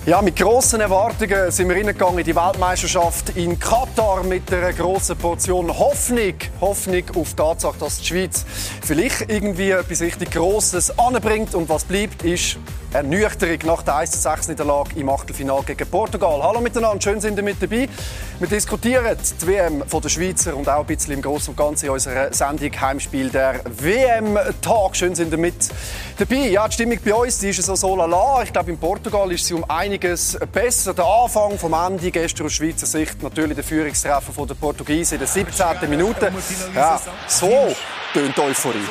Ja, mit grossen Erwartungen sind wir reingegangen in die Weltmeisterschaft in Katar mit einer grossen Portion Hoffnung. Hoffnung auf die Tatsache, dass die Schweiz vielleicht irgendwie etwas richtig Grosses anbringt. Und was bleibt, ist Ernüchterung nach der 1:6-Niederlage im Achtelfinale gegen Portugal. Hallo miteinander, schön sind ihr mit dabei. Wir diskutieren die WM der Schweizer und auch ein bisschen im Großen und Ganzen in unserer Sendung Heimspiel der WM-Tag. Schön sind ihr mit dabei. Ja, die Stimmung bei uns die ist so lala. Ich glaube, in Portugal ist sie um einiges besser. Der Anfang vom Ende gestern aus Schweizer Sicht natürlich der Führungstreffer der Portugiesen in der 17. Minute. Ja, so tönt Euphorie.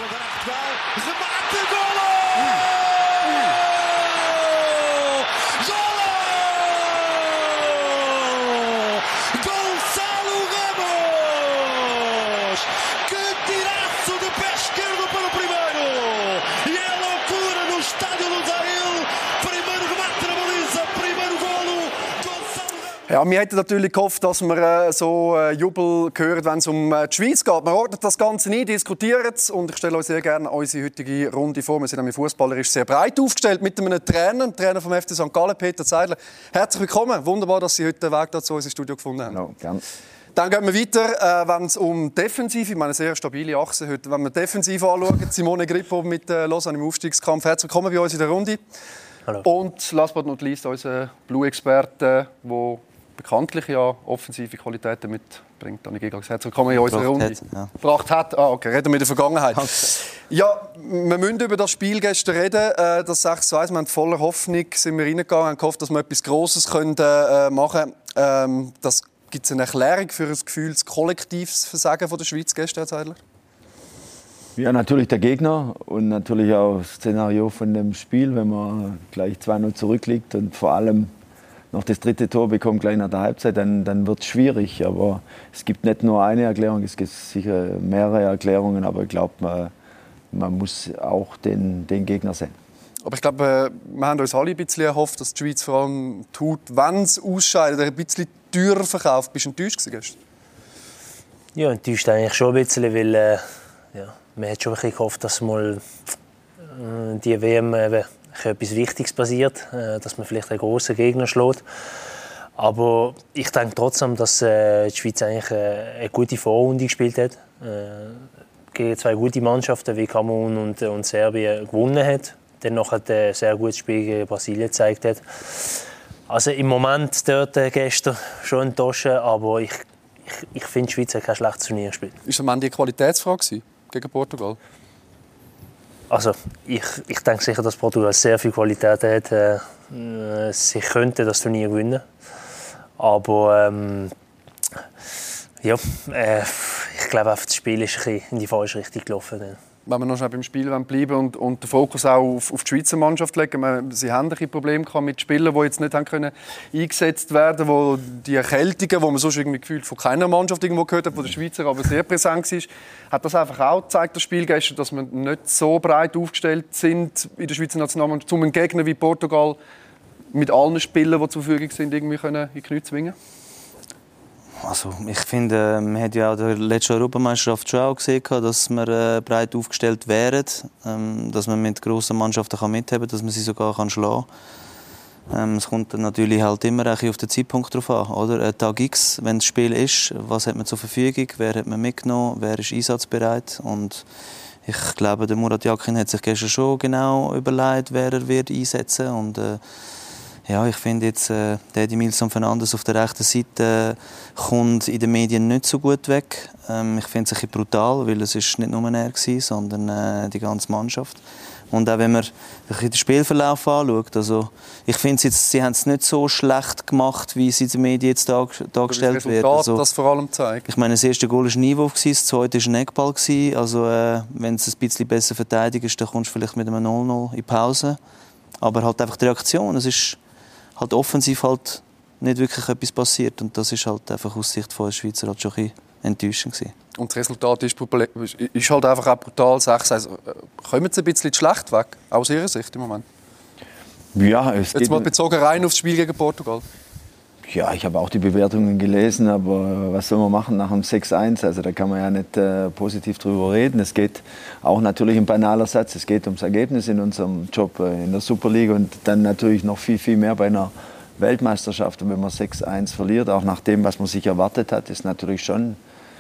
Ja, wir hätten natürlich gehofft, dass wir so Jubel hören, wenn es um die Schweiz geht. Wir ordnen das Ganze ein, diskutieren es und ich stelle euch sehr gerne unsere heutige Runde vor. Wir sind nämlich fußballerisch sehr breit aufgestellt mit einem Trainer, dem Trainer vom FC St. Gallen, Peter Zeidler. Herzlich willkommen. Wunderbar, dass Sie heute den Weg zu unserem Studio gefunden haben. No, gerne. Dann gehen wir weiter, wenn es um Defensive, ich meine, eine sehr stabile Achse heute. Wenn wir Defensive anschauen, Simone Grippo mit Lausanne im Aufstiegskampf. Herzlich willkommen bei uns in der Runde. Hallo. Und last but not least unser Blue-Experte, der bekanntlich ja offensive Qualitäten mitbringt. Herzlich willkommen in unserer Runde. Gebracht hat. Ah, okay. Reden wir in der Vergangenheit. Okay. Ja, wir müssen über das Spiel gestern reden. Das 6:1. Wir haben voller Hoffnung sind wir reingegangen, haben gehofft, dass wir etwas Grosses machen können. Das gibt es eine Erklärung für ein gefühltes kollektives Versagen von der Schweiz gestern, Herr Zeidler? Ja, natürlich der Gegner und natürlich auch das Szenario von dem Spiel, wenn man gleich 2:0 zurückliegt und vor allem noch das dritte Tor bekommt gleich nach der Halbzeit, dann wird es schwierig. Aber es gibt nicht nur eine Erklärung, es gibt sicher mehrere Erklärungen, aber ich glaube, man muss auch den Gegner sehen. Aber ich glaube, wir haben uns alle ein bisschen erhofft, dass die Schweiz vor allem tut, wenn es ausscheidet, ein bisschen teurer verkauft. Bist du enttäuscht gestern? Ja, enttäuscht eigentlich schon ein bisschen, weil man hat schon ein bisschen gehofft, dass mal die WM etwas Wichtiges passiert, dass man vielleicht einen grossen Gegner schlägt. Aber ich denke trotzdem, dass die Schweiz eigentlich eine gute Vorrunde gespielt hat. Gegen zwei gute Mannschaften wie Kamerun und Serbien gewonnen hat. Dann noch ein sehr gutes Spiel gegen Brasilien gezeigt hat. Also im Moment dort gestern schon enttäuscht, aber ich finde, die Schweiz hat kein schlechtes Turnier gespielt. Ist am Ende eine Qualitätsfrage gegen Portugal? Also ich denke sicher, dass Portugal sehr viel Qualität hat. Sie könnten das Turnier gewinnen. Aber ich glaube, das Spiel ist ein bisschen in die falsche Richtung gelaufen. Wenn wir noch schnell beim Spiel bleiben und den Fokus auch auf die Schweizer Mannschaft legen. Sie haben ein Problem mit Spielern, die jetzt nicht können eingesetzt werden konnten, die Erkältungen, die man sonst irgendwie gefühlt von keiner Mannschaft irgendwo gehört hat, von der Schweizer aber sehr präsent war. Hat das einfach auch gezeigt, das Spiel gestern, dass wir nicht so breit aufgestellt sind in der Schweizer Nationalmannschaft, um einen Gegner wie Portugal mit allen Spielern, die zur Verfügung sind, irgendwie in die Knie zwingen? Also, ich finde, man hat ja auch in der letzten Europameisterschaft schon auch gesehen, dass wir breit aufgestellt wären, dass man mit grossen Mannschaften mitheben kann, dass man sie sogar schlagen kann. Es kommt dann natürlich halt immer ein bisschen auf den Zeitpunkt drauf an, oder? Ein Tag X, wenn das Spiel ist, was hat man zur Verfügung, wer hat man mitgenommen, wer ist einsatzbereit und ich glaube, der Murat Yakin hat sich gestern schon genau überlegt, wer er wird einsetzen und ja, ich finde jetzt, der Edimilson Fernandes auf der rechten Seite kommt in den Medien nicht so gut weg. Ich finde es ein bisschen brutal, weil es ist nicht nur er war, sondern die ganze Mannschaft. Und auch wenn man den Spielverlauf anschaut, also ich finde, sie haben es nicht so schlecht gemacht, wie es in den Medien jetzt dargestellt wird. Also, das vor allem zeigt. Ich meine, das erste Goal war ein Niveau, das zweite war ein Eckball. Also wenn es ein bisschen besser verteidigst, dann kommst du vielleicht mit einem 0:0 in die Pause. Aber halt einfach die Reaktion, es ist halt offensiv halt nicht wirklich etwas passiert und das ist halt einfach aus Sicht der Schweizer halt schon ein bisschen enttäuschend gewesen. Und das Resultat ist halt einfach auch brutal. 6-1. Kommen Sie ein bisschen schlecht weg, aus Ihrer Sicht im Moment? Ja, es geht. Jetzt mal bezogen rein aufs Spiel gegen Portugal. Ja, ich habe auch die Bewertungen gelesen, aber was soll man machen nach dem 6:1? Also da kann man ja nicht positiv drüber reden. Es geht auch natürlich ein banaler Satz, es geht ums Ergebnis in unserem Job in der Super League und dann natürlich noch viel, viel mehr bei einer Weltmeisterschaft. Und wenn man 6-1 verliert, auch nach dem, was man sich erwartet hat, ist natürlich schon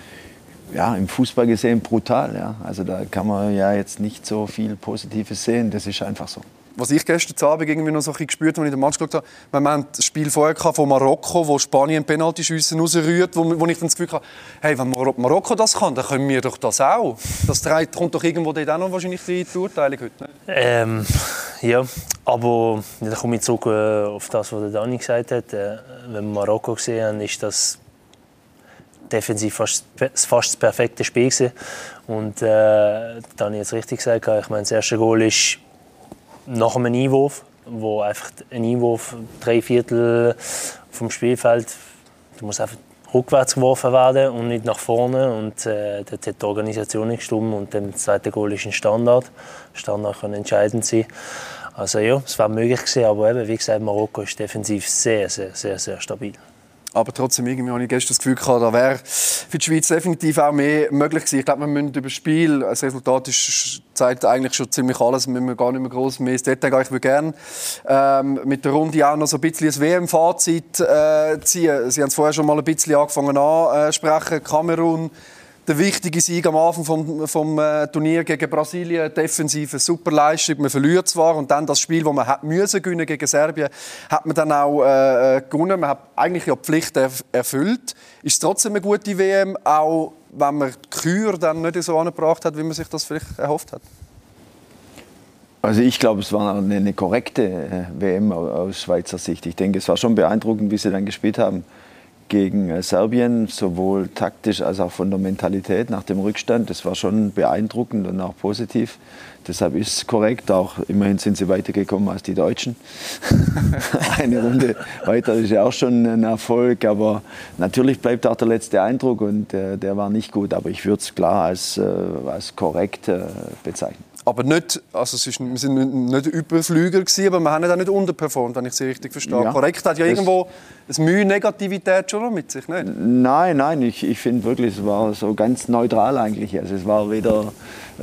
im Fußball gesehen brutal. Ja. Also da kann man ja jetzt nicht so viel Positives sehen. Das ist einfach so. Was ich gestern Abend irgendwie noch so ein bisschen gespürt habe, als ich den Match geschaut habe, wir haben das Spiel vorher von Marokko, wo Spanien Penaltyschüsse rausrührt, wo ich dann das Gefühl habe, hey, wenn Marokko das kann, dann können wir doch das auch. Das kommt doch irgendwo dort auch noch wahrscheinlich die Beurteilung heute. Ja, aber da komme ich zurück auf das, was Dani gesagt hat. Wenn wir Marokko gesehen haben, ist das defensiv fast das perfekte Spiel gewesen. Und Dani hat es richtig gesagt, ich meine, das erste Goal ist nach einem Einwurf, wo einfach ein Einwurf 3/4 vom Spielfeld, du musst einfach rückwärts geworfen werden und nicht nach vorne. Und dort hat die Organisation nicht gestimmt. Und das zweite Goal ist ein Standard. Standard kann entscheidend sein. Also ja, es war möglich gewesen, aber eben, wie gesagt, Marokko ist defensiv sehr, sehr, sehr, sehr stabil. Aber trotzdem irgendwie habe ich gestern das Gefühl gehabt, da wäre für die Schweiz definitiv auch mehr möglich gewesen. Ich glaube, wir müssen über das Spiel, das Resultat zeigt eigentlich schon ziemlich alles, wir müssen gar nicht mehr gross mehr ins Detail gehen. Ich würde gerne mit der Runde auch noch so ein bisschen das WM-Fazit ziehen. Sie haben es vorher schon mal ein bisschen angefangen anzusprechen. Kamerun, der wichtige Sieg am Anfang vom Turnier gegen Brasilien, defensive Superleistung. Man verliert zwar und dann das Spiel, das man müssen gewinnen gegen Serbien, hat man dann auch gewonnen. Man hat eigentlich die Pflicht erfüllt. Ist es trotzdem eine gute WM, auch wenn man die Kür dann nicht so angebracht hat, wie man sich das vielleicht erhofft hat? Also ich glaube, es war eine korrekte WM aus Schweizer Sicht. Ich denke, es war schon beeindruckend, wie sie dann gespielt haben gegen Serbien, sowohl taktisch als auch von der Mentalität nach dem Rückstand. Das war schon beeindruckend und auch positiv. Deshalb ist es korrekt. Auch immerhin sind sie weitergekommen als die Deutschen. Eine Runde weiter ist ja auch schon ein Erfolg. Aber natürlich bleibt auch der letzte Eindruck und der war nicht gut. Aber ich würde es klar als korrekt bezeichnen. Aber nicht, also wir sind nicht Überflüger gewesen, aber wir haben auch nicht unterperformt, wenn ich Sie richtig verstehe. Ja, korrekt hat ja irgendwo eine Mühe Negativität schon noch mit sich, nicht? Nein, ich finde wirklich, es war so ganz neutral eigentlich. Also es war weder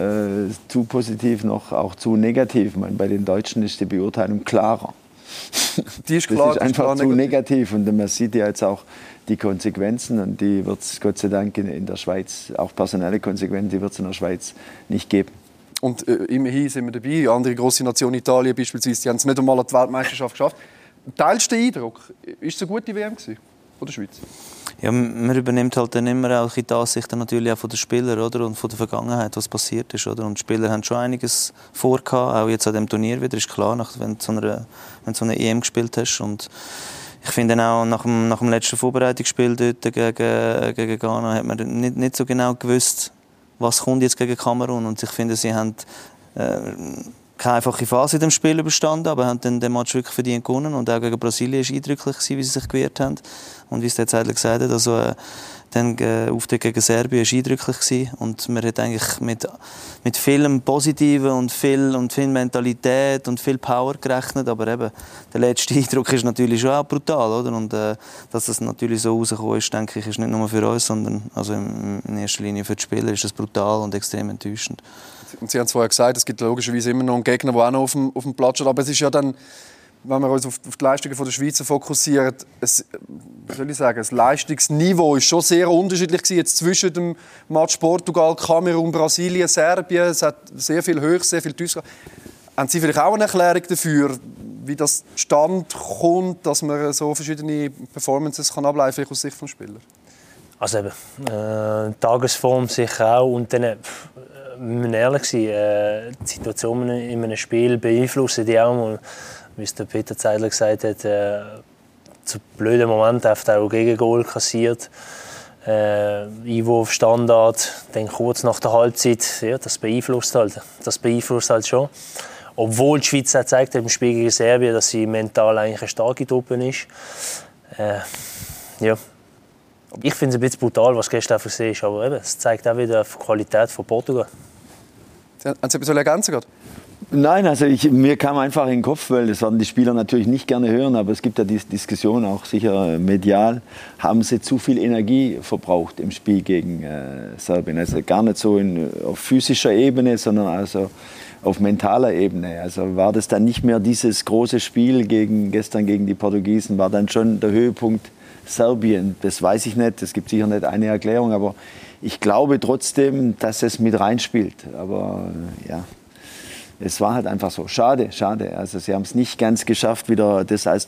zu positiv noch auch zu negativ. Ich meine, bei den Deutschen ist die Beurteilung klarer. Die ist klar, das ist einfach zu negativ und man sieht ja jetzt auch die Konsequenzen und die wird es Gott sei Dank in der Schweiz, auch personelle Konsequenzen, die wird es in der Schweiz nicht geben. Und immerhin sind wir dabei. Andere grosse Nationen, Italien beispielsweise, die haben es nicht einmal an die Weltmeisterschaft geschafft. Teilst du den Eindruck? Ist es eine gute WM gewesen, von der Schweiz? Ja, man übernimmt halt dann immer auch die Ansicht natürlich auch von den Spielern, oder? Und von der Vergangenheit, was passiert ist. Oder? Und die Spieler haben schon einiges vorgehabt, auch jetzt an dem Turnier wieder, ist klar, wenn du so eine EM gespielt hast. Und ich finde auch nach dem letzten Vorbereitungsspiel dort gegen Ghana hat man nicht so genau gewusst, was kommt jetzt gegen Kamerun. Und ich finde, sie haben keine einfache Phase in dem Spiel überstanden, aber haben dann den Match wirklich verdient gewonnen. Und auch gegen Brasilien war es eindrücklich, wie sie sich gewehrt haben. Und wie es der Zeitler gesagt hat, also dann Auftritt gegen Serbien war eindrücklich. Und man hat eigentlich mit vielem Positiven und viel Mentalität und viel Power gerechnet. Aber eben, der letzte Eindruck ist natürlich schon auch brutal. Oder? Und dass das natürlich so rausgekommen ist, denke ich, ist nicht nur für uns, sondern also in erster Linie für die Spieler ist das brutal und extrem enttäuschend. Und Sie haben es vorher gesagt, es gibt logischerweise immer noch einen Gegner, der auch noch auf dem Platz steht. Aber es ist ja dann, wenn wir uns auf die Leistungen der Schweizer fokussieren, das Leistungsniveau ist schon sehr unterschiedlich gewesen, jetzt zwischen dem Match Portugal, Kamerun, Brasilien, Serbien. Es hat sehr viel Höchst, sehr viel Tiefs. Haben Sie vielleicht auch eine Erklärung dafür, wie das zustande kommt, dass man so verschiedene Performances ableiten kann aus Sicht des Spielers? Also eben, Tagesform sicher auch. Und dann, wir müssen ehrlich sein, die Situationen in einem Spiel beeinflussen die auch mal. Wie es der Peter Zeidler gesagt hat, zu blöden Momenten oft auch Gegengol kassiert. Einwurf, Standard, dann kurz nach der Halbzeit, ja, das beeinflusst halt schon. Obwohl die Schweiz auch gezeigt hat im Spiel gegen Serbien, dass sie mental eigentlich eine starke Truppe ist. Ja. Ich finde es ein bisschen brutal, was gestern gesehen ist, aber eben, es zeigt auch wieder die Qualität von Portugal. Haben Sie etwas ergänzen? Nein, also mir kam einfach in den Kopf, weil das werden die Spieler natürlich nicht gerne hören, aber es gibt ja die Diskussion, auch sicher medial, haben sie zu viel Energie verbraucht im Spiel gegen Serbien. Also gar nicht so auf physischer Ebene, sondern also auf mentaler Ebene. Also war das dann nicht mehr dieses große Spiel gestern gegen die Portugiesen, war dann schon der Höhepunkt Serbien. Das weiß ich nicht, es gibt sicher nicht eine Erklärung, aber ich glaube trotzdem, dass es mit reinspielt. Aber ja, es war halt einfach so. Schade. Also sie haben es nicht ganz geschafft, wieder das als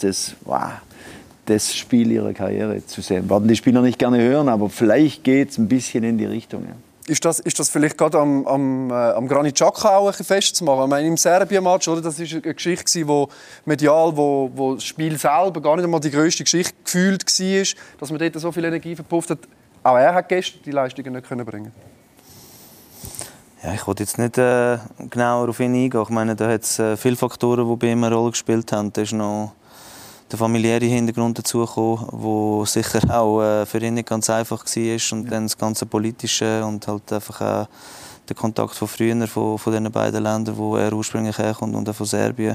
das Spiel ihrer Karriere zu sehen. Werden die Spieler nicht gerne hören, aber vielleicht geht es ein bisschen in die Richtung. Ja. Ist das vielleicht gerade am Granit Xhaka auch ein bisschen festzumachen? Ich meine, im Serbien-Match, oder, das war eine Geschichte, wo medial, wo das Spiel selber gar nicht einmal die grösste Geschichte gefühlt war, dass man dort so viel Energie verpufft hat. Auch er hat gestern die Leistungen nicht bringen können. Ja, ich wollte jetzt nicht genauer auf ihn eingehen. Ich meine, da hat es viele Faktoren, die bei ihm eine Rolle gespielt haben. Da ist noch der familiäre Hintergrund dazugekommen, der sicher auch für ihn nicht ganz einfach war. Und dann das ganze Politische und halt einfach auch der Kontakt von früher, von diesen beiden Ländern, wo er ursprünglich herkommt, und auch von Serbien.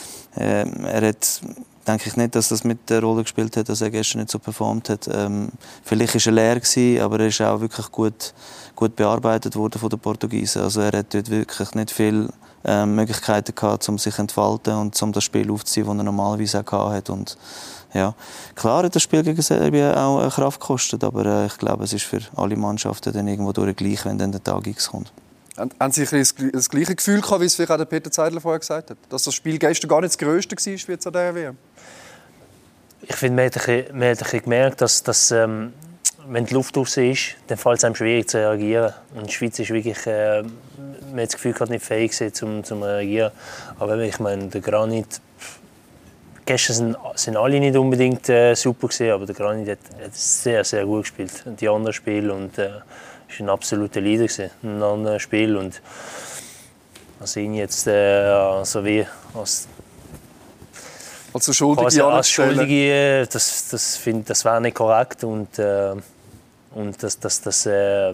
Er hat, denke ich nicht, dass das mit der Rolle gespielt hat, dass er gestern nicht so performt hat. Vielleicht war er leer gewesen, aber er ist auch wirklich gut bearbeitet worden von den Portugiesen. Also er hat dort wirklich nicht viel Möglichkeiten gehabt, um sich zu entfalten und um das Spiel aufzuziehen, das er normalerweise auch hatte. Und ja, klar hat das Spiel gegen Serbien auch Kraft gekostet, aber ich glaube, es ist für alle Mannschaften dann irgendwo durch gleich, wenn dann der Tag X kommt. Haben Sie das gleiche Gefühl gehabt, wie es vielleicht auch der Peter Zeidler vorher gesagt hat? Dass das Spiel gestern gar nicht das Grösste war, wie jetzt an dieser WM? Ich finde, man hat gemerkt, dass wenn die Luft raus ist, dann fällt es einem schwierig zu reagieren. Und die Schweiz ist wirklich, man hat das Gefühl, gerade nicht fähig zum reagieren. Aber ich meine, der Granit, gestern sind alle nicht unbedingt super gewesen, aber der Granit hat sehr, sehr gut gespielt. Die anderen Spiele und ist ein absoluter Leader gewesen, in einem anderen Spiel. Und also ihn jetzt so wie als Schuldige, das wäre nicht korrekt und das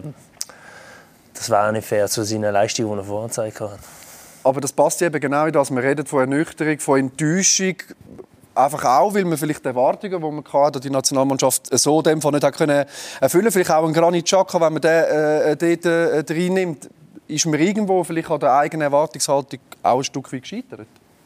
wäre nicht fair zu seiner Leistung, die er vorgezeigt hat. Aber das passt eben genau in das. Man redet von Ernüchterung, von Enttäuschung. Einfach auch, weil man vielleicht die Erwartungen, die man hatte, die Nationalmannschaft so in dem Fall nicht erfüllen konnte. Vielleicht auch ein Granit Xhaka, wenn man den dort reinnimmt, ist man irgendwo vielleicht an der eigenen Erwartungshaltung auch ein Stück weit gescheitert.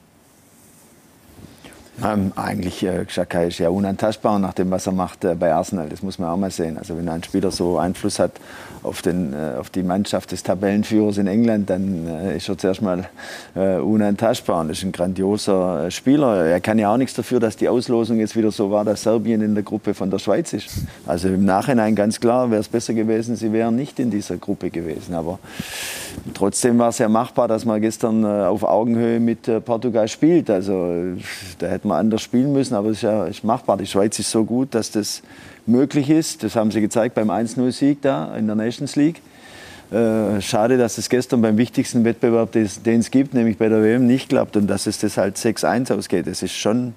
Eigentlich, Xhaka ist ja unantastbar nach dem, was er macht bei Arsenal. Das muss man auch mal sehen. Also wenn ein Spieler so Einfluss hat auf die Mannschaft des Tabellenführers in England, dann ist er zuerst mal unantastbar. Und das ist ein grandioser Spieler. Er kann ja auch nichts dafür, dass die Auslosung jetzt wieder so war, dass Serbien in der Gruppe von der Schweiz ist. Also im Nachhinein ganz klar, wäre es besser gewesen, sie wären nicht in dieser Gruppe gewesen. Aber trotzdem war es ja machbar, dass man gestern auf Augenhöhe mit Portugal spielt. Also da hätte man anders spielen müssen, aber es ist machbar. Die Schweiz ist so gut, dass das möglich ist. Das haben sie gezeigt beim 1-0-Sieg da in der Nations League. Schade, dass es gestern beim wichtigsten Wettbewerb, den es gibt, nämlich bei der WM, nicht klappt und dass es das halt 6-1 ausgeht. Das ist schon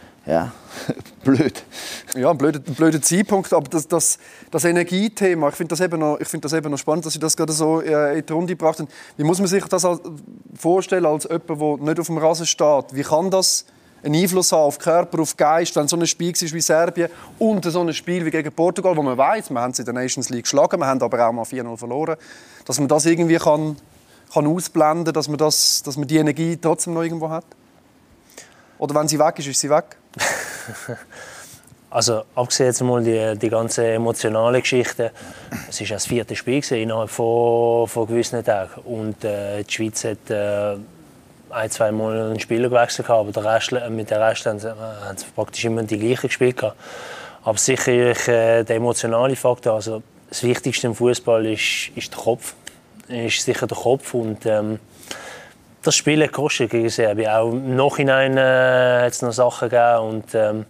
blöd. Ja, ein blöder Zeitpunkt, aber das Energiethema, ich finde das eben noch spannend, dass Sie das gerade so in die Runde gebracht haben. Wie muss man sich das vorstellen als jemand, der nicht auf dem Rasen steht? Wie kann das einen Einfluss haben auf Körper, auf Geist, wenn so ein Spiel ist wie Serbien und so ein Spiel wie gegen Portugal, wo man weiß, wir haben sie in der Nations League geschlagen, wir haben aber auch mal 4-0 verloren, dass man das irgendwie kann ausblenden, dass man die Energie trotzdem noch irgendwo hat? Oder wenn sie weg ist sie weg? Also abgesehen jetzt mal die ganze emotionale Geschichte, es war das 4. Spiel innerhalb von gewissen Tagen und die Schweiz hat ein-, zweimal einen Spieler gewechselt, aber mit der Rest haben sie praktisch immer die gleichen gespielt. Aber sicherlich der emotionale Faktor, also das Wichtigste im Fußball ist der Kopf. Ist sicher der Kopf und das Spiel hat gekostet gegen Serbien. Auch im Nachhinein hat es noch Sachen gegeben und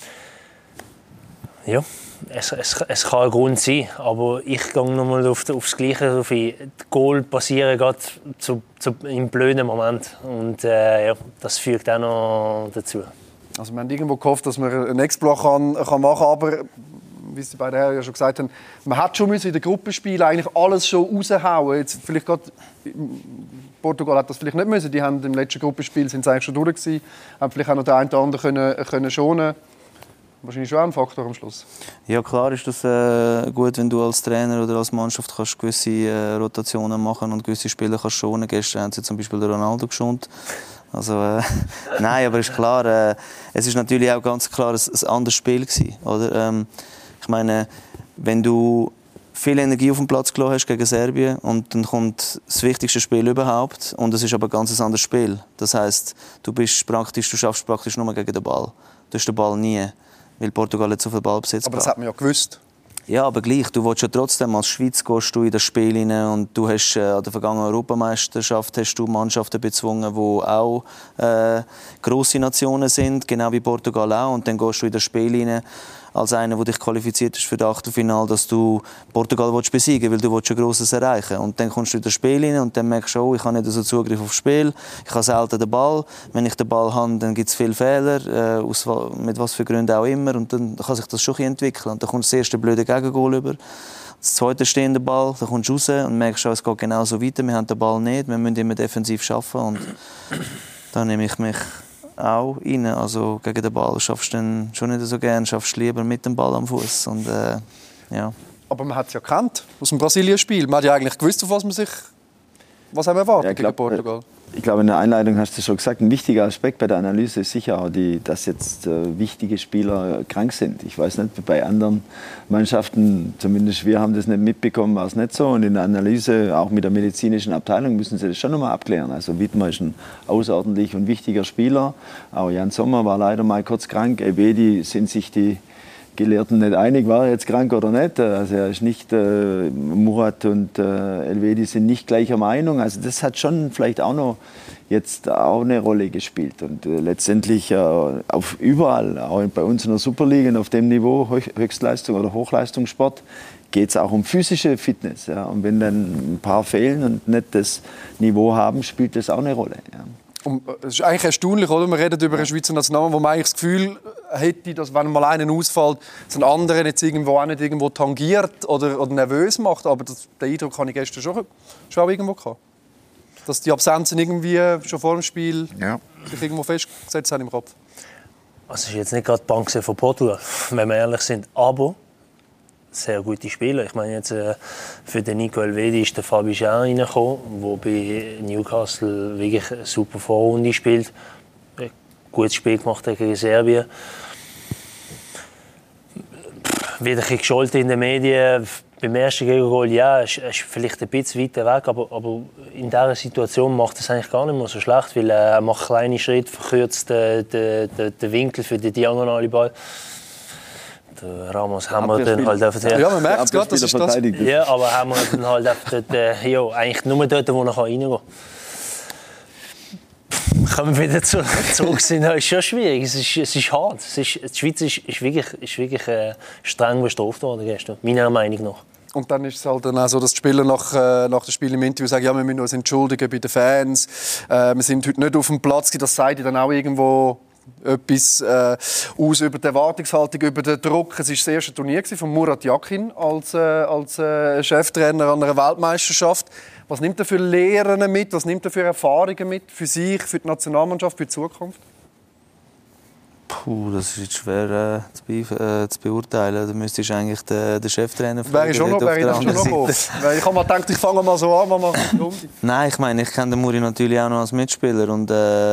ja, es kann ein Grund sein, aber ich gehe nochmal aufs Gleiche. Die Goal passieren gerade im blöden Moment und ja, das fügt auch noch dazu. Also wir haben irgendwo gehofft, dass man einen Exploit kann machen, aber wie es die beiden Herren ja schon gesagt haben, man hat schon in der Gruppenspiel eigentlich alles schon raushauen. Jetzt vielleicht gerade Portugal hat das vielleicht nicht müssen. Die haben im letzten Gruppenspiel sind sie eigentlich schon durch gewesen, haben vielleicht auch noch den einen oder anderen können schonen. Wahrscheinlich schon ein Faktor am Schluss. Ja, klar ist das gut, wenn du als Trainer oder als Mannschaft kannst gewisse Rotationen machen und gewisse Spieler kannst schonen. Gestern haben sie zum Beispiel den Ronaldo geschont. Also, nein, aber ist klar, es ist natürlich auch ganz klar ein anderes Spiel gewesen, oder? Ich meine, wenn du viel Energie auf dem Platz gelassen hast gegen Serbien und dann kommt das wichtigste Spiel überhaupt und es ist aber ein ganz anderes Spiel. Das heisst, du schaffst praktisch nur gegen den Ball. Du hast den Ball nie, weil Portugal hat so viel Ballbesitz. Aber das hat man ja gewusst. Ja, aber gleich, du willst ja trotzdem, als Schweiz gehst du in das Spiel rein und du hast an der vergangenen Europameisterschaft hast du Mannschaften bezwungen, die auch grosse Nationen sind, genau wie Portugal auch, und dann gehst du in das Spiel rein als einer, der dich qualifiziert ist für das Achtelfinale, dass du Portugal besiegen willst, weil du ein Grosses erreichen willst. Und dann kommst du in das Spiel rein und dann merkst du, oh, ich habe nicht so Zugriff aufs Spiel, ich habe selten den Ball. Wenn ich den Ball habe, dann gibt es viele Fehler, mit was für Gründen auch immer. Und dann kann sich das schon entwickeln. Und dann kommt das erste blöde Gegengol über. Das zweite stehende Ball, dann kommst du raus und merkst, es geht genauso weiter. Wir haben den Ball nicht, wir müssen immer defensiv arbeiten. Und da nehme ich mich auch rein. Also gegen den Ball schaffst du dann schon nicht so gerne, schaffst du lieber mit dem Ball am Fuß. Ja. Aber man hat es ja gekannt aus dem Brasilien-Spiel. Man hat ja eigentlich gewusst, auf was einem erwartet gegen Portugal. Ich glaube, in der Einleitung hast du schon gesagt, ein wichtiger Aspekt bei der Analyse ist sicher auch, dass jetzt wichtige Spieler krank sind. Ich weiß nicht, bei anderen Mannschaften, zumindest wir haben das nicht mitbekommen, war es nicht so. Und in der Analyse, auch mit der medizinischen Abteilung, müssen sie das schon nochmal abklären. Also Widmer ist ein außerordentlich und wichtiger Spieler. Auch Jan Sommer war leider mal kurz krank. Elvedi sind sich die Gelehrten nicht einig, war er jetzt krank oder nicht. Also er ist nicht, Murat und Elvedi sind nicht gleicher Meinung. Also das hat schon vielleicht auch noch jetzt auch eine Rolle gespielt. Und letztendlich überall, auch bei uns in der Superliga, auf dem Niveau, Höchstleistung oder Hochleistungssport, geht es auch um physische Fitness. Ja. Und wenn dann ein paar fehlen und nicht das Niveau haben, spielt das auch eine Rolle. Ja. Es ist eigentlich erstaunlich, oder? Wir reden über eine Schweizer Nationalmannschaft, wo man eigentlich das Gefühl hätte, dass wenn mal einen ausfällt, dass ein anderer jetzt auch nicht irgendwo tangiert oder nervös macht. Aber den Eindruck hatte ich gestern schon auch irgendwo gehabt. Dass die Absenzen irgendwie schon vor dem Spiel sich irgendwo festgesetzt haben im Kopf. Also es ist jetzt nicht gerade die Bank von Portugal, wenn wir ehrlich sind. Aber sehr gute Spieler. Ich meine jetzt für den Nico Elvedi ist der Fabi Jean reingekommen, der bei Newcastle wirklich eine super Vorrunde spielt. Ein gutes Spiel gemacht gegen Serbien. Wieder ein bisschen gescholten in den Medien. Beim ersten Gegengol, ja, ist vielleicht ein bisschen weiter weg, aber in dieser Situation macht es eigentlich gar nicht mehr so schlecht, weil er macht kleine Schritte, verkürzt den Winkel für den diagonalen Ball. Der Ramos haben wir dann halt einfach... Ja, man merkt es gerade, das ist das. Ja, aber haben wir dann halt einfach dort, eigentlich nur dort, wo er reingehen kann. Kommen wir wieder zurück. Es ist schon schwierig, es ist hart. Die Schweiz ist wirklich streng bestraft worden gestern, meiner Meinung nach. Und dann ist es halt dann auch so, dass die Spieler nach dem Spiel im Interview sagen, ja, wir müssen uns entschuldigen bei den Fans. Wir sind heute nicht auf dem Platz. Das sagt dann auch irgendwo etwas aus über die Erwartungshaltung, über den Druck. Es war das erste Turnier von Murat Yakin als Cheftrainer an einer Weltmeisterschaft. Was nimmt er für Lehren mit? Was nimmt er für Erfahrungen mit? Für sich, für die Nationalmannschaft, für die Zukunft? Das ist jetzt schwer zu beurteilen. Da müsstest du eigentlich den Cheftrainer fragen. Wäre ich schon noch gekommen. Ich habe mal gedacht, ich fange mal so an. Nein, ich meine, ich kenne den Muri natürlich auch noch als Mitspieler. Und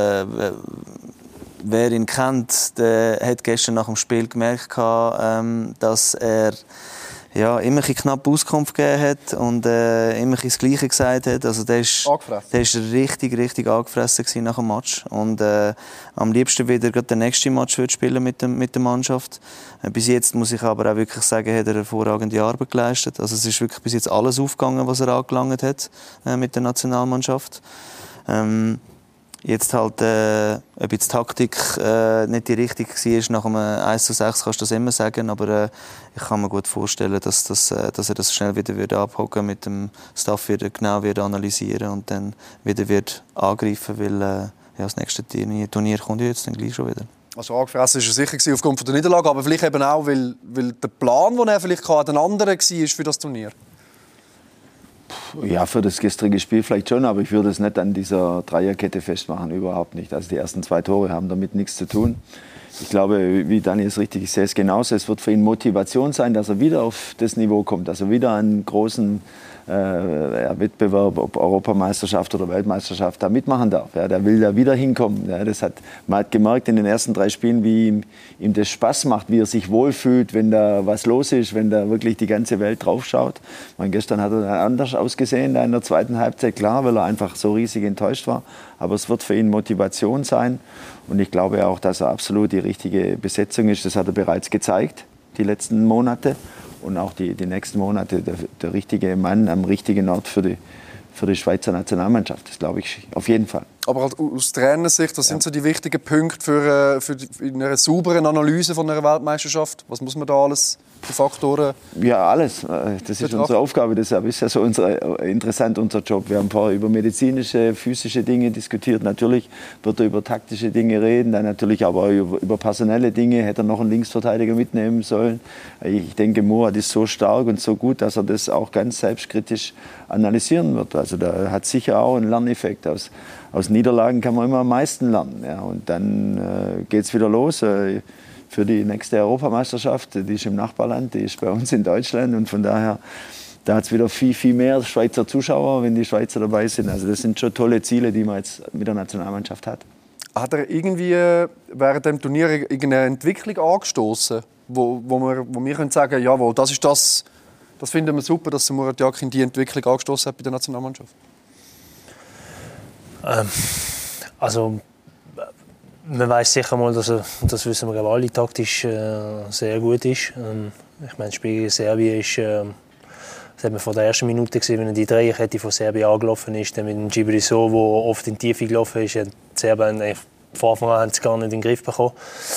wer ihn kennt, der hat gestern nach dem Spiel gemerkt, dass er immer eine knappe Auskunft gegeben hat und immer das Gleiche gesagt hat. Also der war richtig angefressen nach dem Match. Und am liebsten wieder den nächsten Match spielen mit der Mannschaft. Bis jetzt muss ich aber auch wirklich sagen, hat er hervorragende Arbeit geleistet. Also es ist wirklich bis jetzt alles aufgegangen, was er angelangt hat mit der Nationalmannschaft. Jetzt halt, ob jetzt die Taktik nicht die richtige war, nach einem 1:6 kannst du das immer sagen, aber ich kann mir gut vorstellen, dass er das schnell wieder abhocken mit dem Staff wieder genau analysieren und dann wieder angreifen, weil das nächste Turnier kommt ja jetzt dann gleich schon wieder. Also angefressen war er sicher aufgrund der Niederlage, aber vielleicht eben auch, weil der Plan, den er vielleicht hatte, ein anderer war für das Turnier. Ja, für das gestrige Spiel vielleicht schon, aber ich würde es nicht an dieser Dreierkette festmachen, überhaupt nicht. Also die ersten 2 Tore haben damit nichts zu tun. Ich glaube, wie Dani es richtig sieht, genauso. Es wird für ihn Motivation sein, dass er wieder auf das Niveau kommt, dass er wieder einen großen Wettbewerb, ob Europameisterschaft oder Weltmeisterschaft, da mitmachen darf. Ja, der will da wieder hinkommen. Ja, man hat gemerkt in den ersten 3 Spielen, wie ihm das Spaß macht, wie er sich wohlfühlt, wenn da was los ist, wenn da wirklich die ganze Welt draufschaut. Gestern hat er anders ausgesehen in der zweiten Halbzeit, klar, weil er einfach so riesig enttäuscht war. Aber es wird für ihn Motivation sein. Und ich glaube auch, dass er absolut die richtige Besetzung ist. Das hat er bereits gezeigt, die letzten Monate. Und auch die nächsten Monate der richtige Mann am richtigen Ort für die Schweizer Nationalmannschaft. Das glaube ich auf jeden Fall. Aber halt aus Trainersicht, was sind so die wichtigen Punkte für eine saubere Analyse von einer Weltmeisterschaft? Was muss man da alles für Faktoren? Ja, alles. Das ist unsere Aufgabe. Deshalb ist ja so interessant unser Job. Wir haben vorher über medizinische, physische Dinge diskutiert. Natürlich wird er über taktische Dinge reden, dann natürlich aber über personelle Dinge. Hätte er noch einen Linksverteidiger mitnehmen sollen. Ich denke, Murat ist so stark und so gut, dass er das auch ganz selbstkritisch analysieren wird. Also da hat sicher auch einen Lerneffekt. Aus Niederlagen kann man immer am meisten lernen. Ja. Und dann geht es wieder los für die nächste Europameisterschaft. Die ist im Nachbarland, die ist bei uns in Deutschland. Und von daher, da hat es wieder viel, viel mehr Schweizer Zuschauer, wenn die Schweizer dabei sind. Also das sind schon tolle Ziele, die man jetzt mit der Nationalmannschaft hat. Hat er irgendwie während dem Turnier irgendeine Entwicklung angestoßen, wo wir können sagen, jawohl, das finden wir super, dass Murat Yakin die Entwicklung angestoßen hat bei der Nationalmannschaft? Also man weiß sicher mal, dass er, das wissen wir alle, taktisch sehr gut ist. Ich meine, das Spiel in Serbien ist, das hat man vor der ersten Minute gesehen, wenn er die Dreierkette von Serbien angelaufen ist, dann mit dem Djibril Sow, der oft in die Tiefe gelaufen ist, die Serben von Anfang an gar nicht in den Griff bekommen.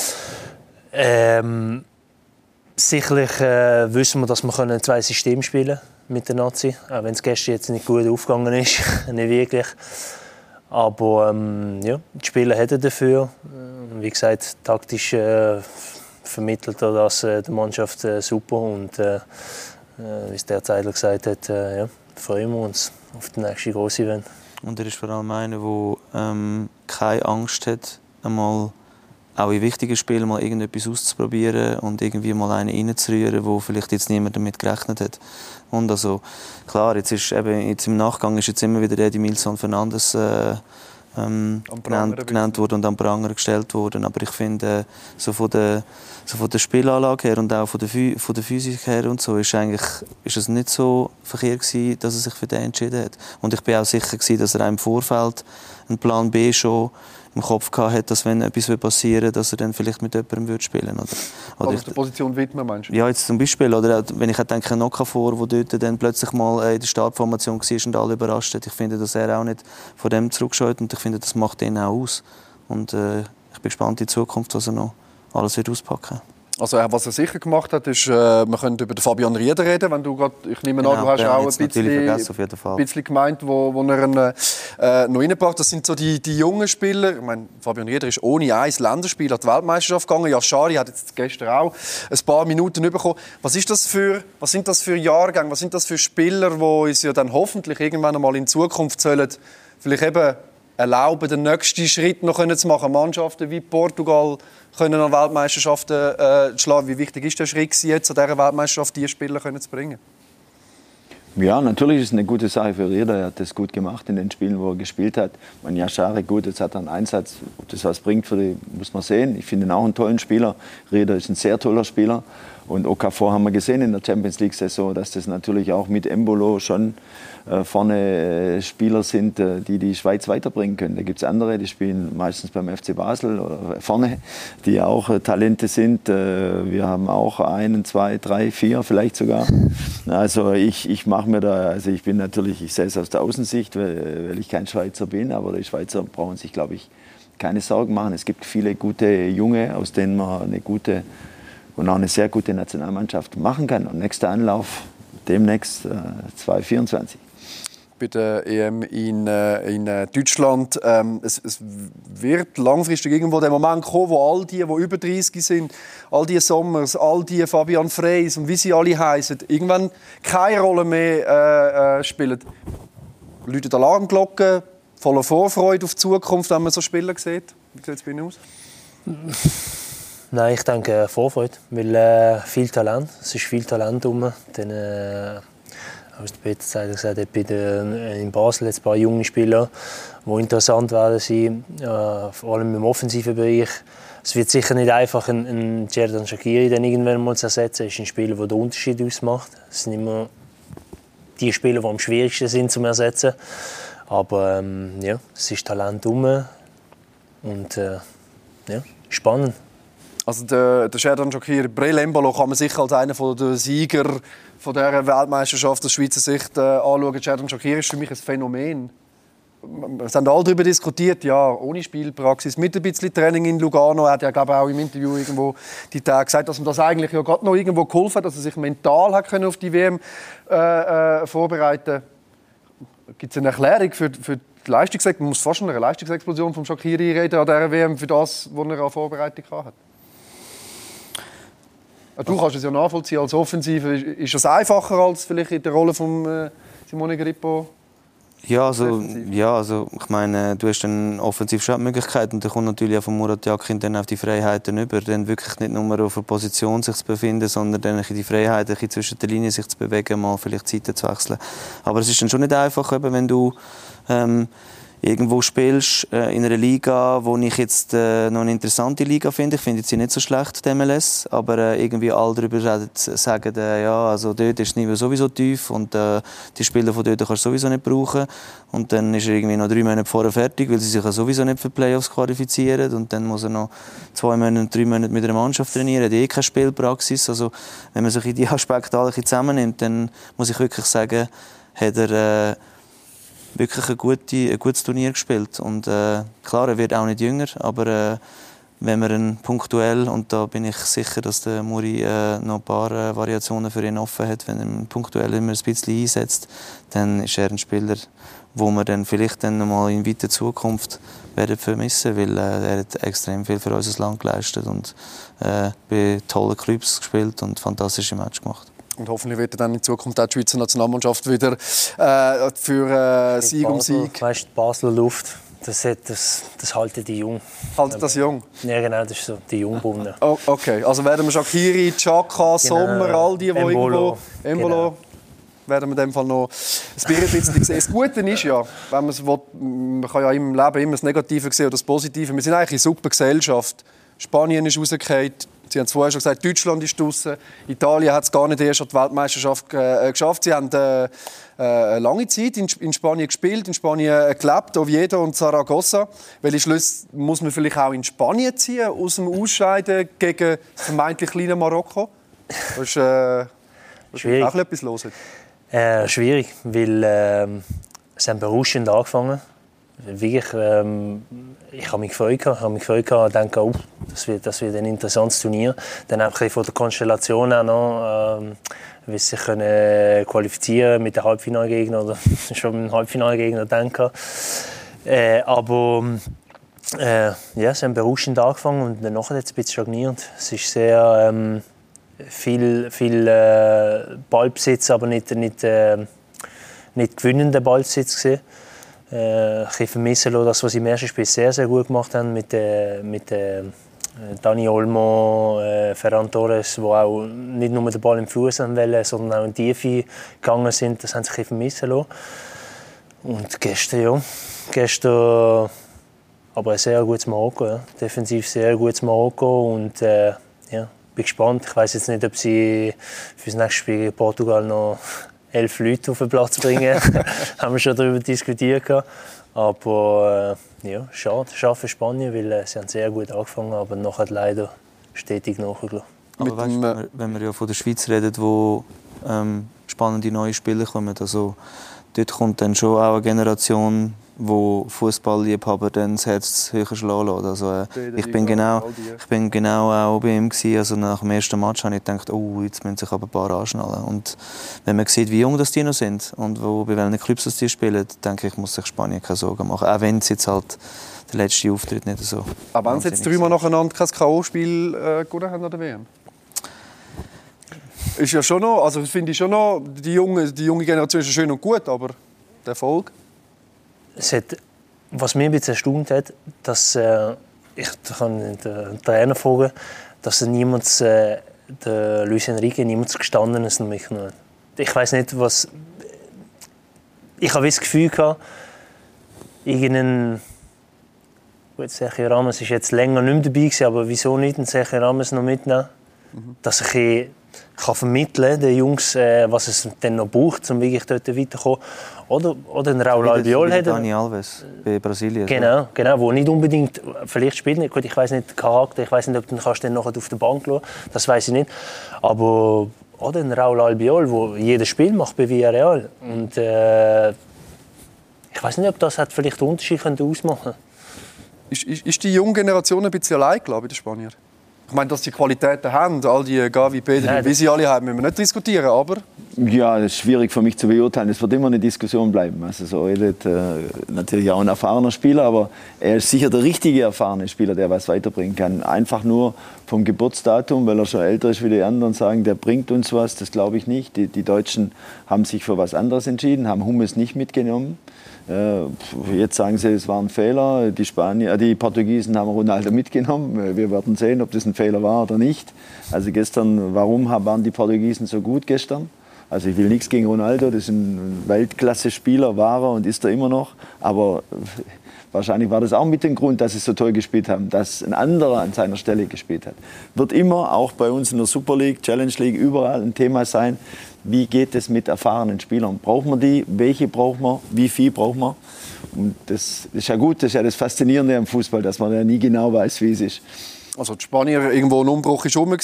Sicherlich wissen wir, dass wir 2 Systeme spielen mit der Nazi, auch wenn es gestern jetzt nicht gut aufgegangen ist, nicht wirklich. Aber ja, die Spieler hat er dafür. Wie gesagt, taktisch vermittelt er das der Mannschaft super. Und wie es der Zeitler gesagt hat, ja, freuen wir uns auf das nächste große Event. Und er ist vor allem einer, der keine Angst hat, einmal auch in wichtigen Spielen mal irgendetwas auszuprobieren und irgendwie mal einen reinzurühren, wo vielleicht jetzt niemand damit gerechnet hat. Und also, klar, jetzt im Nachgang ist jetzt immer wieder Edimilson Fernandes genannt worden und am Pranger gestellt worden. Aber ich finde, so von der Spielanlage her und auch von der Physik her und so, ist es nicht so verkehrt gewesen, dass er sich für den entschieden hat. Und ich bin auch sicher gewesen, dass er im Vorfeld einen Plan B schon im Kopf hatte, dass wenn etwas passieren würde, dass er dann vielleicht mit jemandem spielen würde. Oder auf der Position Widmer, meinst du? Ja, jetzt zum Beispiel. Oder wenn ich denke an Okafor, der dort dann plötzlich mal in der Startformation war und alle überrascht hat. Ich finde, dass er auch nicht von dem zurückschaut und ich finde, das macht ihn auch aus. Und ich bin gespannt in die Zukunft, was er noch alles wird auspacken wird. Also was er sicher gemacht hat, ist, wir können über den Fabian Rieder reden, wenn du grad, ich nehme an, du hast auch ein bisschen gemeint, wo er ihn noch reingebracht hat. Das sind so die jungen Spieler. Ich meine, Fabian Rieder ist ohne ein Länderspiel an die Weltmeisterschaft gegangen. Yashari hat jetzt gestern auch ein paar Minuten bekommen. Was sind das für Jahrgänge? Was sind das für Spieler, die uns ja dann hoffentlich irgendwann einmal in Zukunft sollen, vielleicht eben erlauben, den nächsten Schritt noch zu machen? Mannschaften wie Portugal können an Weltmeisterschaften schlagen. Wie wichtig ist der Schritt jetzt, an dieser Weltmeisterschaft diese Spieler zu bringen? Ja, natürlich ist es eine gute Sache für Rieder. Er hat das gut gemacht in den Spielen, wo er gespielt hat. Yashari, gut, jetzt hat er einen Einsatz. Ob das was bringt, muss man sehen. Ich finde ihn auch einen tollen Spieler. Rieder ist ein sehr toller Spieler. Und Okafor haben wir gesehen in der Champions League-Saison, dass das natürlich auch mit Embolo schon vorne Spieler sind, die die Schweiz weiterbringen können. Da gibt es andere, die spielen meistens beim FC Basel oder vorne, die auch Talente sind. Wir haben auch 1, 2, 3, 4 vielleicht sogar. Also ich mache mir da, also ich sehe es aus der Außensicht, weil ich kein Schweizer bin, aber die Schweizer brauchen sich, glaube ich, keine Sorgen machen. Es gibt viele gute Junge, aus denen man eine gute und auch eine sehr gute Nationalmannschaft machen kann. Und nächster Anlauf demnächst 2024. bei der EM in Deutschland. Es wird langfristig irgendwo der Moment kommen, wo all die über 30 sind, all die Sommers, all die Fabian Freys und wie sie alle heißen, irgendwann keine Rolle mehr spielen. Läuten Alarmglocken, voller Vorfreude auf die Zukunft, wenn man so Spieler sieht? Wie sieht es bei Ihnen aus? Nein, ich denke Vorfreude, weil viel Talent, es ist viel Talent rum. Dann, als der Peter gesagt hat, in Basel jetzt ein paar junge Spieler, die interessant werden sein, vor allem im offensiven Bereich. Es wird sicher nicht einfach, einen Xherdan Shaqiri dann irgendwann mal zu ersetzen. Es ist ein Spieler, der den Unterschied ausmacht. Es sind immer die Spieler, die am schwierigsten sind zu ersetzen. Aber ja, es ist Talent rum und ja, spannend. Also der Xherdan Shaqiri, Breel Embolo kann man sicher als einer der Sieger von dieser Weltmeisterschaft aus Schweizer Sicht anschauen. Xherdan Shaqiri ist für mich ein Phänomen. Wir haben alle darüber diskutiert, ja, ohne Spielpraxis, mit ein bisschen Training in Lugano. Er hat ja, glaube ich, auch im Interview irgendwo die Tage gesagt, dass ihm das eigentlich ja gerade noch irgendwo geholfen hat, dass er sich mental hat können auf die WM vorbereiten. Gibt es eine Erklärung für die Leistungsexplosion? Man muss fast schon eine Leistungsexplosion von Shaqiri reden an dieser WM für das, was er an Vorbereitung hat. Du kannst es ja nachvollziehen als Offensive. Ist das einfacher als vielleicht in der Rolle von Simone Grippo? Ja, also ich meine, du hast dann offensiv schon Möglichkeiten und da kommt natürlich auch von Murat Yakin dann auf die Freiheiten über, dann wirklich nicht nur auf einer Position sich zu befinden, sondern dann die Freiheit, zwischen den Linien sich zu bewegen, mal vielleicht Seiten zu wechseln. Aber es ist dann schon nicht einfach, wenn du irgendwo spielst in einer Liga, wo ich jetzt noch eine interessante Liga finde. Ich finde sie nicht so schlecht, die MLS, aber irgendwie alle darüber sagen, ja, also dort ist das Niveau sowieso tief und die Spieler von dort kannst du sowieso nicht brauchen. Und dann ist er irgendwie noch 3 Monate vorher fertig, weil sie sich ja sowieso nicht für die Playoffs qualifizieren. Und dann muss er noch 2 Monate, 3 Monate mit einer Mannschaft trainieren, die keine Spielpraxis. Also wenn man sich die Aspekte alle zusammennimmt, dann muss ich wirklich sagen, hat er wirklich ein gutes Turnier gespielt. Und klar, er wird auch nicht jünger, aber wenn man ihn punktuell, und da bin ich sicher, dass der Muri noch ein paar Variationen für ihn offen hat, wenn er ihn punktuell immer ein bisschen einsetzt, dann ist er ein Spieler, wo wir dann vielleicht dann noch mal in weiter Zukunft werden vermissen, weil er hat extrem viel für unser Land geleistet und bei tollen Clubs gespielt und fantastische Matches gemacht. Und hoffentlich wird dann in Zukunft auch die Schweizer Nationalmannschaft wieder für Sieg um Sieg. Weißt du, die Basler Luft, das halten die jung. Haltet das jung? Ja, genau, das ist so die Jungbunde. Oh, okay, also werden wir Shaqiri, Xhaka, Sommer, all die Embolo, Embolo, werden wir in dem Fall noch ein bisschen sehen. Das Gute ist ja, wenn man es will, man kann ja im Leben immer das Negative sehen oder das Positive. Wir sind eigentlich eine super Gesellschaft. Spanien ist rausgefallen. Sie haben es vorher schon gesagt, Deutschland ist draussen. Italien hat es gar nicht erst an die Weltmeisterschaft geschafft. Sie haben eine lange Zeit in Spanien gespielt, in Spanien gelebt, Oviedo und Zaragoza. Welche Schlüsse muss man vielleicht auch in Spanien ziehen, aus dem Ausscheiden gegen das vermeintlich kleine Marokko? Das ist schwierig. Auch etwas los. Schwierig, weil es haben berauschend angefangen. Wirklich, ich habe mich gefreut und dachte, oh, das wird ein interessantes Turnier. Dann auch von der Konstellation auch noch, wie sie sich qualifizieren mit den Halbfinalgegnern oder schon mit dem Halbfinalgegner denken. Aber ja, sie haben berauschend angefangen und danach hat es ein bisschen stagniert. Es ist sehr viel Ballbesitz, aber nicht gewinnender Ballbesitz gewesen. Ich vermisse das, was sie im ersten Spiel sehr, sehr gut gemacht haben mit Dani Olmo, Ferran Torres, die auch nicht nur den Ball im Fuß wollen, sondern auch in die Tiefe gegangen sind. Das haben sie vermissen lassen. Und gestern aber ein sehr gutes Marokko. Ja. Defensiv sehr gutes Marokko. Und ja, bin gespannt. Ich weiss jetzt nicht, ob sie für das nächste Spiel gegen Portugal noch 11 Leute auf den Platz bringen. Haben wir schon darüber diskutiert. Aber ja, schade für Spanien, weil sie haben sehr gut angefangen, aber nachher leider stetig nachgelassen. Aber weißt, wenn wir ja von der Schweiz reden, wo spannende neue Spieler kommen, also dort kommt dann schon auch eine Generation, wo Fußballliebhaber dann das Herz höher schlagen lässt. Also, ich bin genau auch bei ihm gewesen. Also nach dem ersten Match habe ich gedacht, oh, jetzt müssen sich aber ein paar anschnallen. Und wenn man sieht, wie jung das die noch sind und bei welchen Clubs das die spielen, denke ich, muss sich Spanien keine Sorgen machen. Auch wenn es jetzt halt der letzte Auftritt nicht so. Aber wenn sie jetzt 3-mal nacheinander kein K.O.-Spiel gewonnen haben an der WM? Ist ja schon noch, also finde ich schon noch, die junge Generation ist schön und gut, aber der Erfolg? Was mich ein bisschen erstaunt hat, dass ich kann den Trainer fragen, dass niemand, der Luis Enrique, niemand Gestandenes noch mitgenommen hat. Ich weiß nicht, was. Ich habe das Gefühl gehabt, gut, Sergio Ramos ist jetzt länger nicht mehr dabei gewesen, aber wieso nicht einen Sergio Ramos noch mitnehmen? Dass ich vermitteln kann, den Jungs, was es denn noch braucht, um wirklich dort weiterzukommen. Oder ein Raul Albiol hat. Dani Alves bei Brasilien. Genau, wo nicht unbedingt, vielleicht spielt nicht, gut, ich weiß nicht, Charakter, ich weiß nicht, ob du dann nachher auf der Bank schauen, das weiß ich nicht. Aber oder ein Raul Albiol, der jedes Spiel macht bei Villarreal. Und ich weiß nicht, ob das hat vielleicht den Unterschied ausmachen könnte. Ist die junge Generation ein bisschen allein, glaube ich, der Spanier? Ich meine, dass die Qualitäten haben, all die Gavi, Pedri, wie sie alle haben, müssen wir nicht diskutieren, aber... Ja, das ist schwierig für mich zu beurteilen. Es wird immer eine Diskussion bleiben. Also so redet natürlich auch ein erfahrener Spieler, aber er ist sicher der richtige erfahrene Spieler, der was weiterbringen kann. Einfach nur vom Geburtsdatum, weil er schon älter ist wie die anderen, sagen, der bringt uns was, das glaube ich nicht. Die Deutschen haben sich für was anderes entschieden, haben Hummels nicht mitgenommen. Jetzt sagen sie, es war ein Fehler. Die Portugiesen haben Ronaldo mitgenommen. Wir werden sehen, ob das ein Fehler war oder nicht. Also gestern, warum waren die Portugiesen so gut gestern? Also ich will nichts gegen Ronaldo, das ist ein Weltklasse-Spieler, war er und ist er immer noch. Aber wahrscheinlich war das auch mit dem Grund, dass sie so toll gespielt haben, dass ein anderer an seiner Stelle gespielt hat. Wird immer, auch bei uns in der Super League, Challenge League, überall ein Thema sein. Wie geht es mit erfahrenen Spielern? Brauchen wir die? Welche brauchen wir? Wie viel brauchen wir? Und das ist ja gut, das ist ja das Faszinierende am Fußball, dass man ja nie genau weiß, wie es ist. Also die Spanier, irgendwo ein Umbruch war rum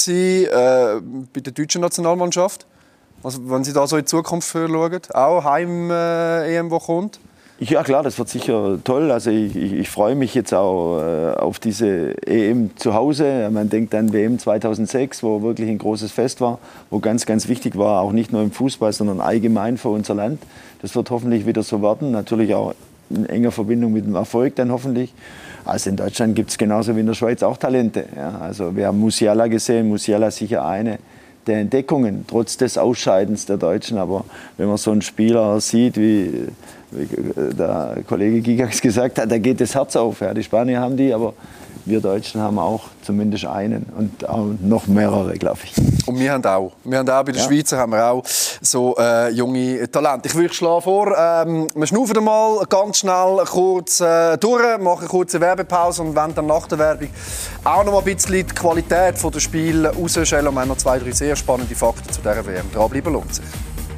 bei der deutschen Nationalmannschaft. Also wenn Sie da so in die Zukunft schauen, auch Heim-EM, die kommt? Ja klar, das wird sicher toll. Also ich freue mich jetzt auch auf diese EM zu Hause. Man denkt an WM 2006, wo wirklich ein großes Fest war, wo ganz, ganz wichtig war, auch nicht nur im Fußball, sondern allgemein für unser Land. Das wird hoffentlich wieder so werden. Natürlich auch in enger Verbindung mit dem Erfolg dann hoffentlich. Also in Deutschland gibt es genauso wie in der Schweiz auch Talente. Ja, also wir haben Musiala gesehen, Musiala ist sicher eine der Entdeckungen, trotz des Ausscheidens der Deutschen. Aber wenn man so einen Spieler sieht, wie der Kollege Gigax gesagt hat, da geht das Herz auf. Ja, die Spanier haben die, aber wir Deutschen haben auch zumindest einen und auch noch mehrere, glaube ich. Und wir haben auch bei den Schweizer haben wir auch so junge Talente. Ich würde schlagen vor, wir schnaufen mal ganz schnell kurz durch, machen eine kurze Werbepause und wenn dann nach der Werbung auch noch mal ein bisschen die Qualität der Spiele rausstellen. Wir haben noch 2, 3 sehr spannende Fakten zu dieser WM. Dranbleiben lohnt sich.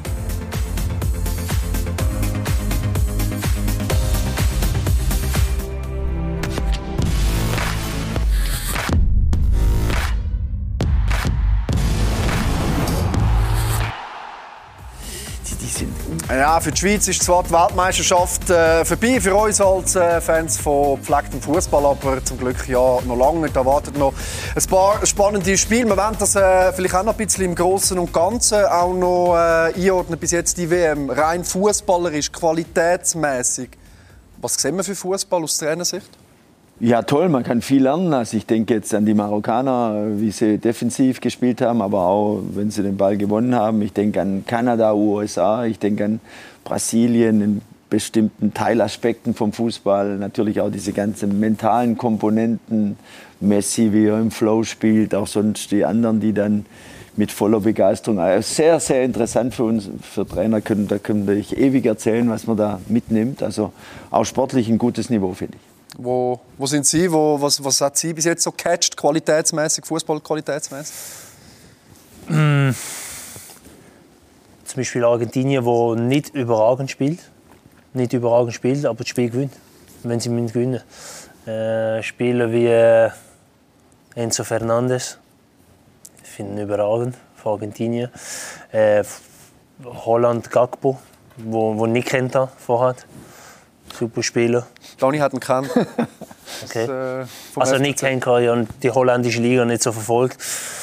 Ja, für die Schweiz ist zwar die Weltmeisterschaft vorbei, für uns als Fans von gepflegtem Fußball, aber zum Glück ja noch lange nicht. Da wartet noch ein paar spannende Spiele. Wir wollen das vielleicht auch noch ein bisschen im Großen und Ganzen auch noch einordnen. Bis jetzt die WM rein fußballerisch, qualitätsmäßig. Was sehen wir für Fußball aus Trainersicht? Ja, toll, man kann viel lernen. Also ich denke jetzt an die Marokkaner, wie sie defensiv gespielt haben, aber auch, wenn sie den Ball gewonnen haben. Ich denke an Kanada, USA, ich denke an Brasilien in bestimmten Teilaspekten vom Fußball. Natürlich auch diese ganzen mentalen Komponenten. Messi, wie er im Flow spielt, auch sonst die anderen, die dann mit voller Begeisterung. Also sehr, sehr interessant für uns, für Trainer. Da könnte ich ewig erzählen, was man da mitnimmt. Also auch sportlich ein gutes Niveau, finde ich. Wo sind Sie? Was hat Sie bis jetzt so gecatcht, qualitätsmäßig, Fußball-qualitätsmäßig? Zum Beispiel Argentinien, wo nicht überragend spielt, aber das Spiel gewinnt, wenn sie gewinnen. Spieler wie Enzo Fernandes, ich finde ihn überragend von Argentinien. Holland Gakpo, wo ich nicht kennt habe vorher. Super Spieler. Dani hat ihn gekannt. Okay. Also nicht kennt, ich habe die holländische Liga nicht so verfolgt.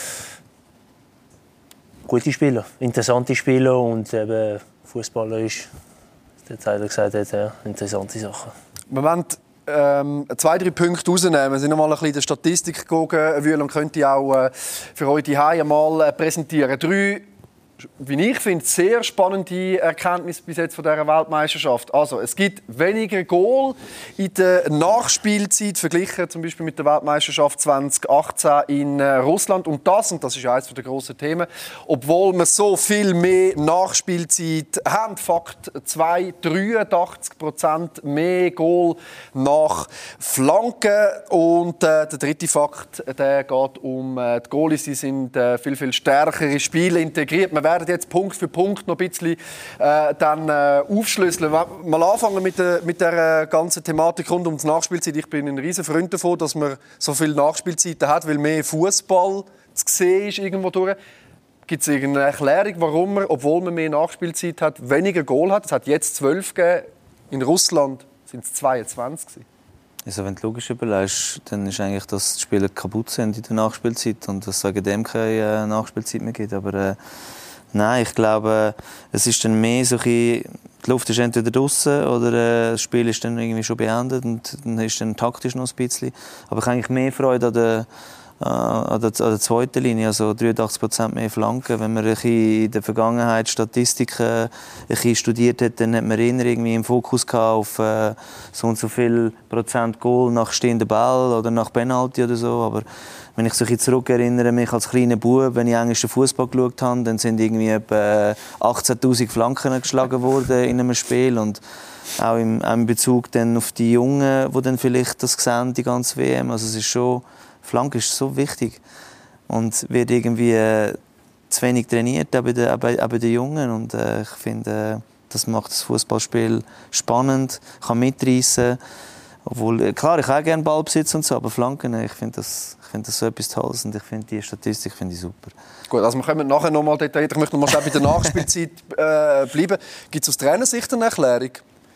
Gute Spieler, interessante Spieler und eben Fußballer ist, der Zeiler gesagt hat, ja, interessante Sachen. Wir wollen 2-3 Punkte rausnehmen. Wir sind noch mal ein bisschen in der Statistik gegangen und könnte auch für euch die Hause mal präsentieren. 3, wie ich finde, sehr spannende Erkenntnis bis jetzt von dieser Weltmeisterschaft. Also, es gibt weniger Goal in der Nachspielzeit verglichen zum Beispiel mit der Weltmeisterschaft 2018 in Russland. Und das ist eines der grossen Themen, obwohl wir so viel mehr Nachspielzeit haben. Fakt 2, 83% mehr Goal nach Flanken. Und der dritte Fakt, der geht um die Goalies. Die sind viel, viel stärker in Spiele integriert. Wir werden jetzt Punkt für Punkt noch ein bisschen aufschlüsseln. Mal anfangen mit der ganzen Thematik rund um die Nachspielzeit. Ich bin ein riesen Freund davon, dass man so viele Nachspielzeiten hat, weil mehr Fußball zu sehen ist irgendwo durch. Gibt es irgendeine Erklärung, warum man, obwohl man mehr Nachspielzeit hat, weniger Goal hat? Es hat jetzt 12 gegeben. In Russland sind es 22 gewesen. Also wenn du logisch überlegst, dann ist eigentlich, dass die Spieler kaputt sind in der Nachspielzeit und dass es wegen dem keine Nachspielzeit mehr gibt. Aber nein, ich glaube, es ist dann mehr so die Luft ist entweder draussen oder das Spiel ist dann irgendwie schon beendet und dann ist dann taktisch noch ein bisschen. Aber ich habe eigentlich mehr Freude an der zweiten Linie, also 83% mehr Flanken. Wenn man in der Vergangenheit Statistiken studiert hat, dann hat man irgendwie im Fokus auf so und so viel Prozent Goal nach stehenden Ball oder nach Penalty oder so. Aber wenn ich mich zurückerinnere, mich als kleiner Bub, wenn ich englischen Fußball geschaut habe, dann sind irgendwie etwa 18'000 Flanken geschlagen worden in einem Spiel und auch im Bezug dann auf die Jungen, die dann vielleicht das sehen, die ganze WM. Also es ist schon, Flanke ist so wichtig und wird irgendwie zu wenig trainiert, auch bei den Jungen. Und ich finde, das macht das Fußballspiel spannend, kann mitreißen. Obwohl, klar, ich auch gerne Ballbesitz und so, aber Flanken, ich finde das so etwas Tolles und ich finde die Statistik super. Gut, also wir kommen nachher noch mal detailliert. Ich möchte noch mal bei der Nachspielzeit bleiben. Gibt es aus Trainersicht eine Erklärung?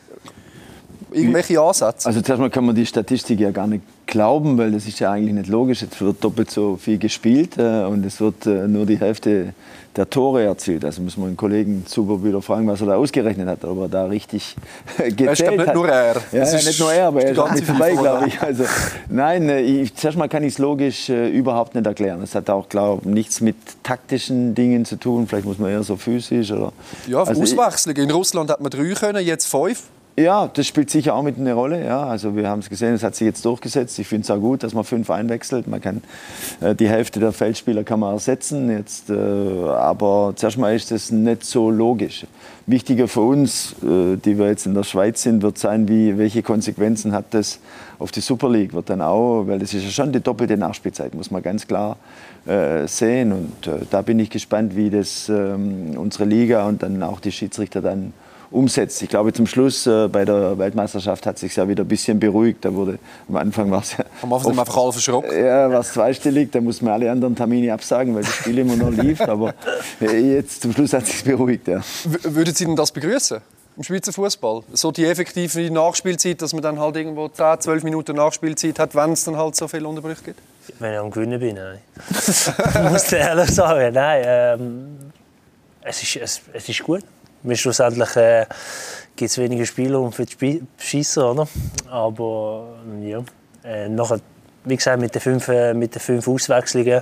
Irgendwelche Ansätze? Also zuerst mal kann man die Statistik ja gar nicht glauben, weil das ist ja eigentlich nicht logisch. Jetzt wird doppelt so viel gespielt und es wird nur die Hälfte der Tore erzielt. Also muss man einen Kollegen super wieder fragen, was er da ausgerechnet hat, ob er da richtig gezählt hat. Nicht nur er. Ja, nicht nur er, aber er ist auch nicht dabei, glaube ich. Also, nein, zuerst mal kann ich es logisch überhaupt nicht erklären. Es hat auch, glaube ich, nichts mit taktischen Dingen zu tun. Vielleicht muss man eher so physisch oder. Ja, also Auswechslungen. In Russland hat man 3 können, jetzt 5. Ja, das spielt sicher auch mit eine Rolle. Ja, also wir haben es gesehen, es hat sich jetzt durchgesetzt. Ich finde es auch gut, dass man 5 einwechselt. Man kann die Hälfte der Feldspieler kann man ersetzen. Jetzt, aber zuerst mal ist das nicht so logisch. Wichtiger für uns, die wir jetzt in der Schweiz sind, wird sein, welche Konsequenzen hat das auf die Super League. Wird dann auch, weil das ist ja schon die doppelte Nachspielzeit, muss man ganz klar sehen. Und da bin ich gespannt, wie das unsere Liga und dann auch die Schiedsrichter dann umsetzt. Ich glaube, zum Schluss bei der Weltmeisterschaft hat es sich ja wieder ein bisschen beruhigt. Da wurde, am Anfang war es ja am Anfang einfach alle verschrocken. Ja, war es zweistellig. Da mussten wir alle anderen Termine absagen, weil das Spiel immer noch lief. Aber jetzt zum Schluss hat es sich beruhigt. Ja. Würden Sie denn das begrüßen im Schweizer Fußball? So die effektive Nachspielzeit, dass man dann halt irgendwo 10, 12 Minuten Nachspielzeit hat, wenn es dann halt so viele Unterbrüche gibt? Wenn ich am Gewinnen bin, nein. Ich muss ehrlich sagen, nein. Es ist gut. Schlussendlich gibt es weniger Spieler für die Schießer, oder? Aber ja, nachher, wie gesagt, mit den 5 Auswechslungen,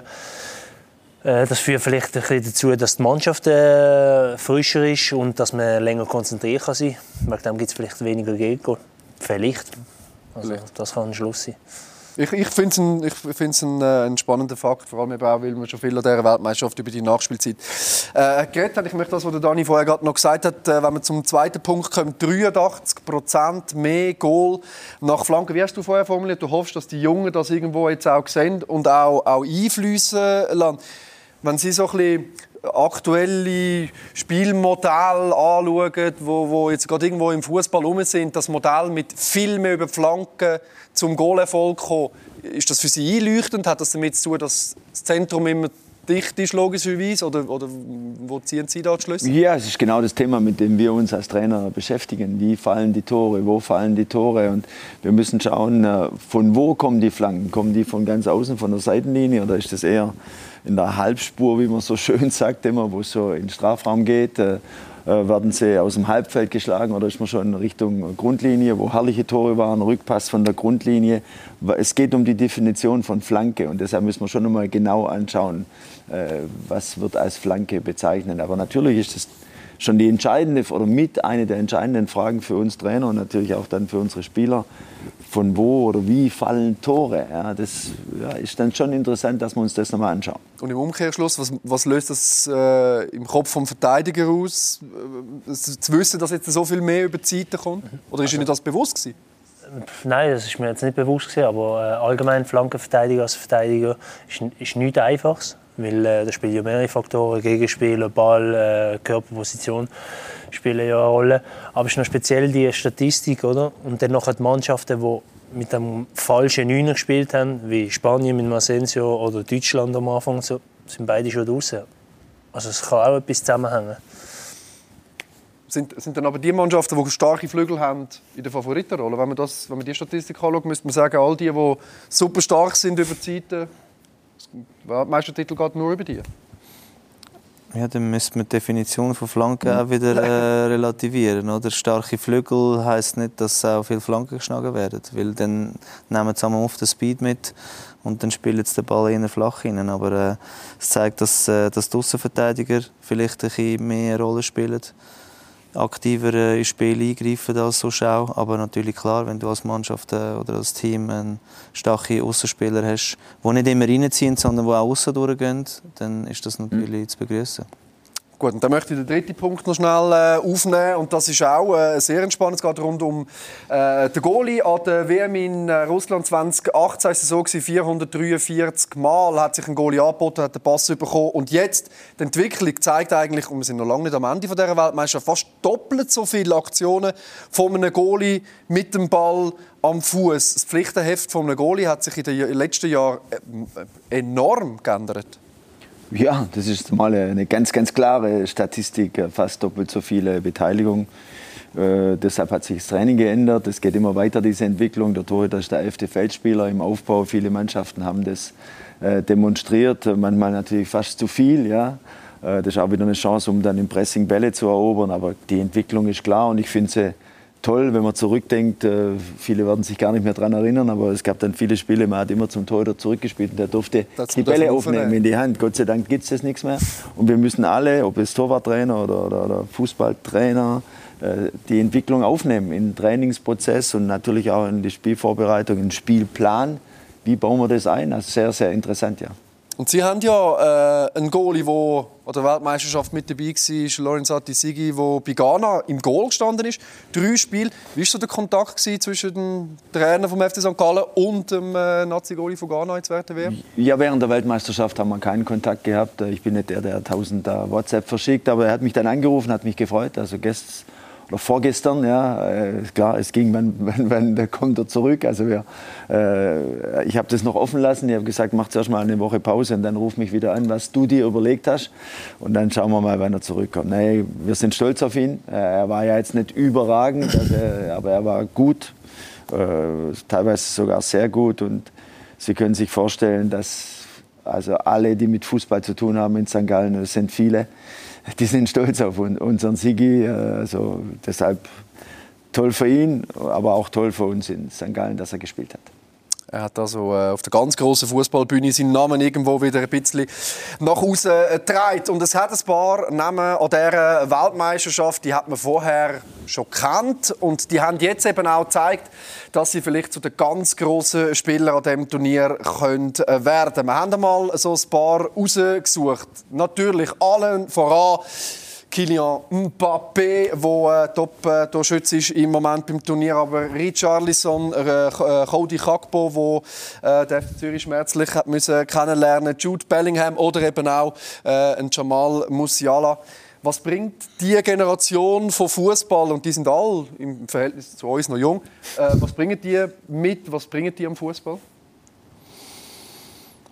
das führt vielleicht ein bisschen dazu, dass die Mannschaft frischer ist und dass man länger konzentriert kann sein. Wegen dem gibt es vielleicht weniger Gegner. Vielleicht. Also, das kann ein Schluss sein. Ich finde es ein spannender Fakt, vor allem auch, weil wir schon viel an dieser Weltmeisterschaft über die Nachspielzeit geredet haben. Ich möchte das, was Dani vorher gerade noch gesagt hat, wenn wir zum zweiten Punkt kommen, 83% mehr Goal nach Flanken. Wie hast du vorher formuliert? Du hoffst, dass die Jungen das irgendwo jetzt auch sehen und auch einfließen lassen. Wenn Sie so ein bisschen aktuelle Spielmodelle anschauen, wo jetzt gerade irgendwo im Fußball rum sind, das Modell mit viel mehr über die Flanken zum Goalerfolg kommen, ist das für Sie einleuchtend? Hat das damit zu tun, dass das Zentrum immer dicht ist, logischerweise? Oder wo ziehen Sie da die Schlüsse? Ja, es ist genau das Thema, mit dem wir uns als Trainer beschäftigen. Wie fallen die Tore, wo fallen die Tore? Und wir müssen schauen, von wo kommen die Flanken? Kommen die von ganz außen, von der Seitenlinie, oder ist das eher in der Halbspur, wie man so schön sagt, immer, wo es so in den Strafraum geht? Werden sie aus dem Halbfeld geschlagen oder ist man schon in Richtung Grundlinie, wo herrliche Tore waren, Rückpass von der Grundlinie. Es geht um die Definition von Flanke und deshalb müssen wir schon einmal genau anschauen, was wird als Flanke bezeichnet. Aber natürlich ist das schon die entscheidende oder mit eine der entscheidenden Fragen für uns Trainer und natürlich auch dann für unsere Spieler. Von wo oder wie fallen Tore? Ja, das ist dann schon interessant, dass wir uns das nochmal anschauen. Und im Umkehrschluss, was löst das im Kopf des Verteidigers aus? Zu wissen, dass jetzt so viel mehr über die Seite kommt? Oder ist Ihnen das bewusst gewesen? Nein, das ist mir jetzt nicht bewusst gewesen, aber allgemein Flankenverteidiger als Verteidiger ist nichts Einfaches. Weil da spielen ja mehrere Faktoren, Gegenspieler, Ball, Körperposition spielen ja eine Rolle. Aber es ist noch speziell die Statistik, oder? Und dann noch die Mannschaften, die mit dem falschen Neuner gespielt haben, wie Spanien mit Asensio oder Deutschland am Anfang, so, sind beide schon draußen. Also es kann auch etwas zusammenhängen. Sind dann aber die Mannschaften, die starke Flügel haben, in der Favoritenrolle? Wenn man die Statistik anschaut, müsste man sagen, all die super stark sind über die Seite, der Meistertitel geht nur über die. Ja, dann müsste man die Definition von Flanken auch wieder relativieren. Oder? Starke Flügel heisst nicht, dass auch viele Flanken geschlagen werden. Weil dann nehmen sie auf den Speed mit und dann spielen sie den Ball eher flach rein. Aber es zeigt, dass die Aussenverteidiger vielleicht ein bisschen mehr eine Rolle spielen. Aktiver ins Spiel eingreifen als so schau. Aber natürlich klar, wenn du als Mannschaft oder als Team einen starken Aussenspieler hast, die nicht immer reinziehen, sondern die auch aussen durchgehen, dann ist das natürlich zu begrüßen. Gut, und dann möchte ich den dritten Punkt noch schnell aufnehmen. Und das ist auch sehr entspannt. Es geht rund um den Goalie. An der WM in Russland 2018 war es so, 443 Mal hat sich ein Goalie angeboten, hat den Pass bekommen. Und jetzt, die Entwicklung zeigt eigentlich, und wir sind noch lange nicht am Ende dieser Weltmeisterschaft, fast doppelt so viele Aktionen von einem Goalie mit dem Ball am Fuß. Das Pflichtenheft von einem Goalie hat sich in den letzten Jahren enorm geändert. Ja, das ist mal eine ganz, ganz klare Statistik, fast doppelt so viele Beteiligung. Deshalb hat sich das Training geändert. Es geht immer weiter, diese Entwicklung. Der Torhüter ist der 11. Feldspieler im Aufbau. Viele Mannschaften haben das demonstriert, manchmal natürlich fast zu viel. Ja. Das ist auch wieder eine Chance, um dann im Pressing Bälle zu erobern. Aber die Entwicklung ist klar und ich finde sie toll, wenn man zurückdenkt. Viele werden sich gar nicht mehr daran erinnern, aber es gab dann viele Spiele, man hat immer zum Torhüter zurückgespielt und der durfte die Bälle aufnehmen in die Hand. Gott sei Dank gibt es das nichts mehr. Und wir müssen alle, ob es Torwarttrainer oder Fußballtrainer, die Entwicklung aufnehmen in den Trainingsprozess und natürlich auch in die Spielvorbereitung, in den Spielplan. Wie bauen wir das ein? Das ist sehr, sehr interessant, ja. Und Sie haben ja einen Goalie, der an der Weltmeisterschaft mit dabei war, Lorenz Atisigi, der bei Ghana im Goal gestanden ist. 3 Spiele. Wie war so der Kontakt zwischen dem Trainer vom FC St. Gallen und dem Nazi-Goalie von Ghana jetzt während der WM? Ja, während der Weltmeisterschaft haben wir keinen Kontakt gehabt. Ich bin nicht der 1000 WhatsApp verschickt, aber er hat mich dann angerufen, hat mich gefreut. Also oder vorgestern, ja, klar, es ging, wann kommt er zurück. Also ich habe das noch offen lassen. Ich habe gesagt, mach zuerst mal eine Woche Pause und dann ruf mich wieder an, was du dir überlegt hast. Und dann schauen wir mal, wann er zurückkommt. Nee, wir sind stolz auf ihn. Er war ja jetzt nicht überragend, aber er war gut, teilweise sogar sehr gut. Und Sie können sich vorstellen, dass also alle, die mit Fußball zu tun haben in St. Gallen, das sind viele, die sind stolz auf unseren Sigi. Also deshalb toll für ihn, aber auch toll für uns in St. Gallen, dass er gespielt hat. Er hat also auf der ganz grossen Fußballbühne seinen Namen irgendwo wieder ein bisschen nach außen getragen. Und es hat ein paar Namen an dieser Weltmeisterschaft, die hat man vorher schon gekannt. Und die haben jetzt eben auch gezeigt, dass sie vielleicht zu den ganz grossen Spielern an diesem Turnier werden können. Wir haben einmal so ein paar rausgesucht. Natürlich allen voran Kylian Mbappé, der Top-Torschütze ist im Moment beim Turnier, aber Richarlison, Cody Gakpo, der FC Zürich schmerzlich hat müssen kennenlernen, Jude Bellingham oder eben auch Jamal Musiala. Was bringt diese Generation von Fußball, und die sind alle im Verhältnis zu uns noch jung, was bringen die mit? Was bringen die am Fußball?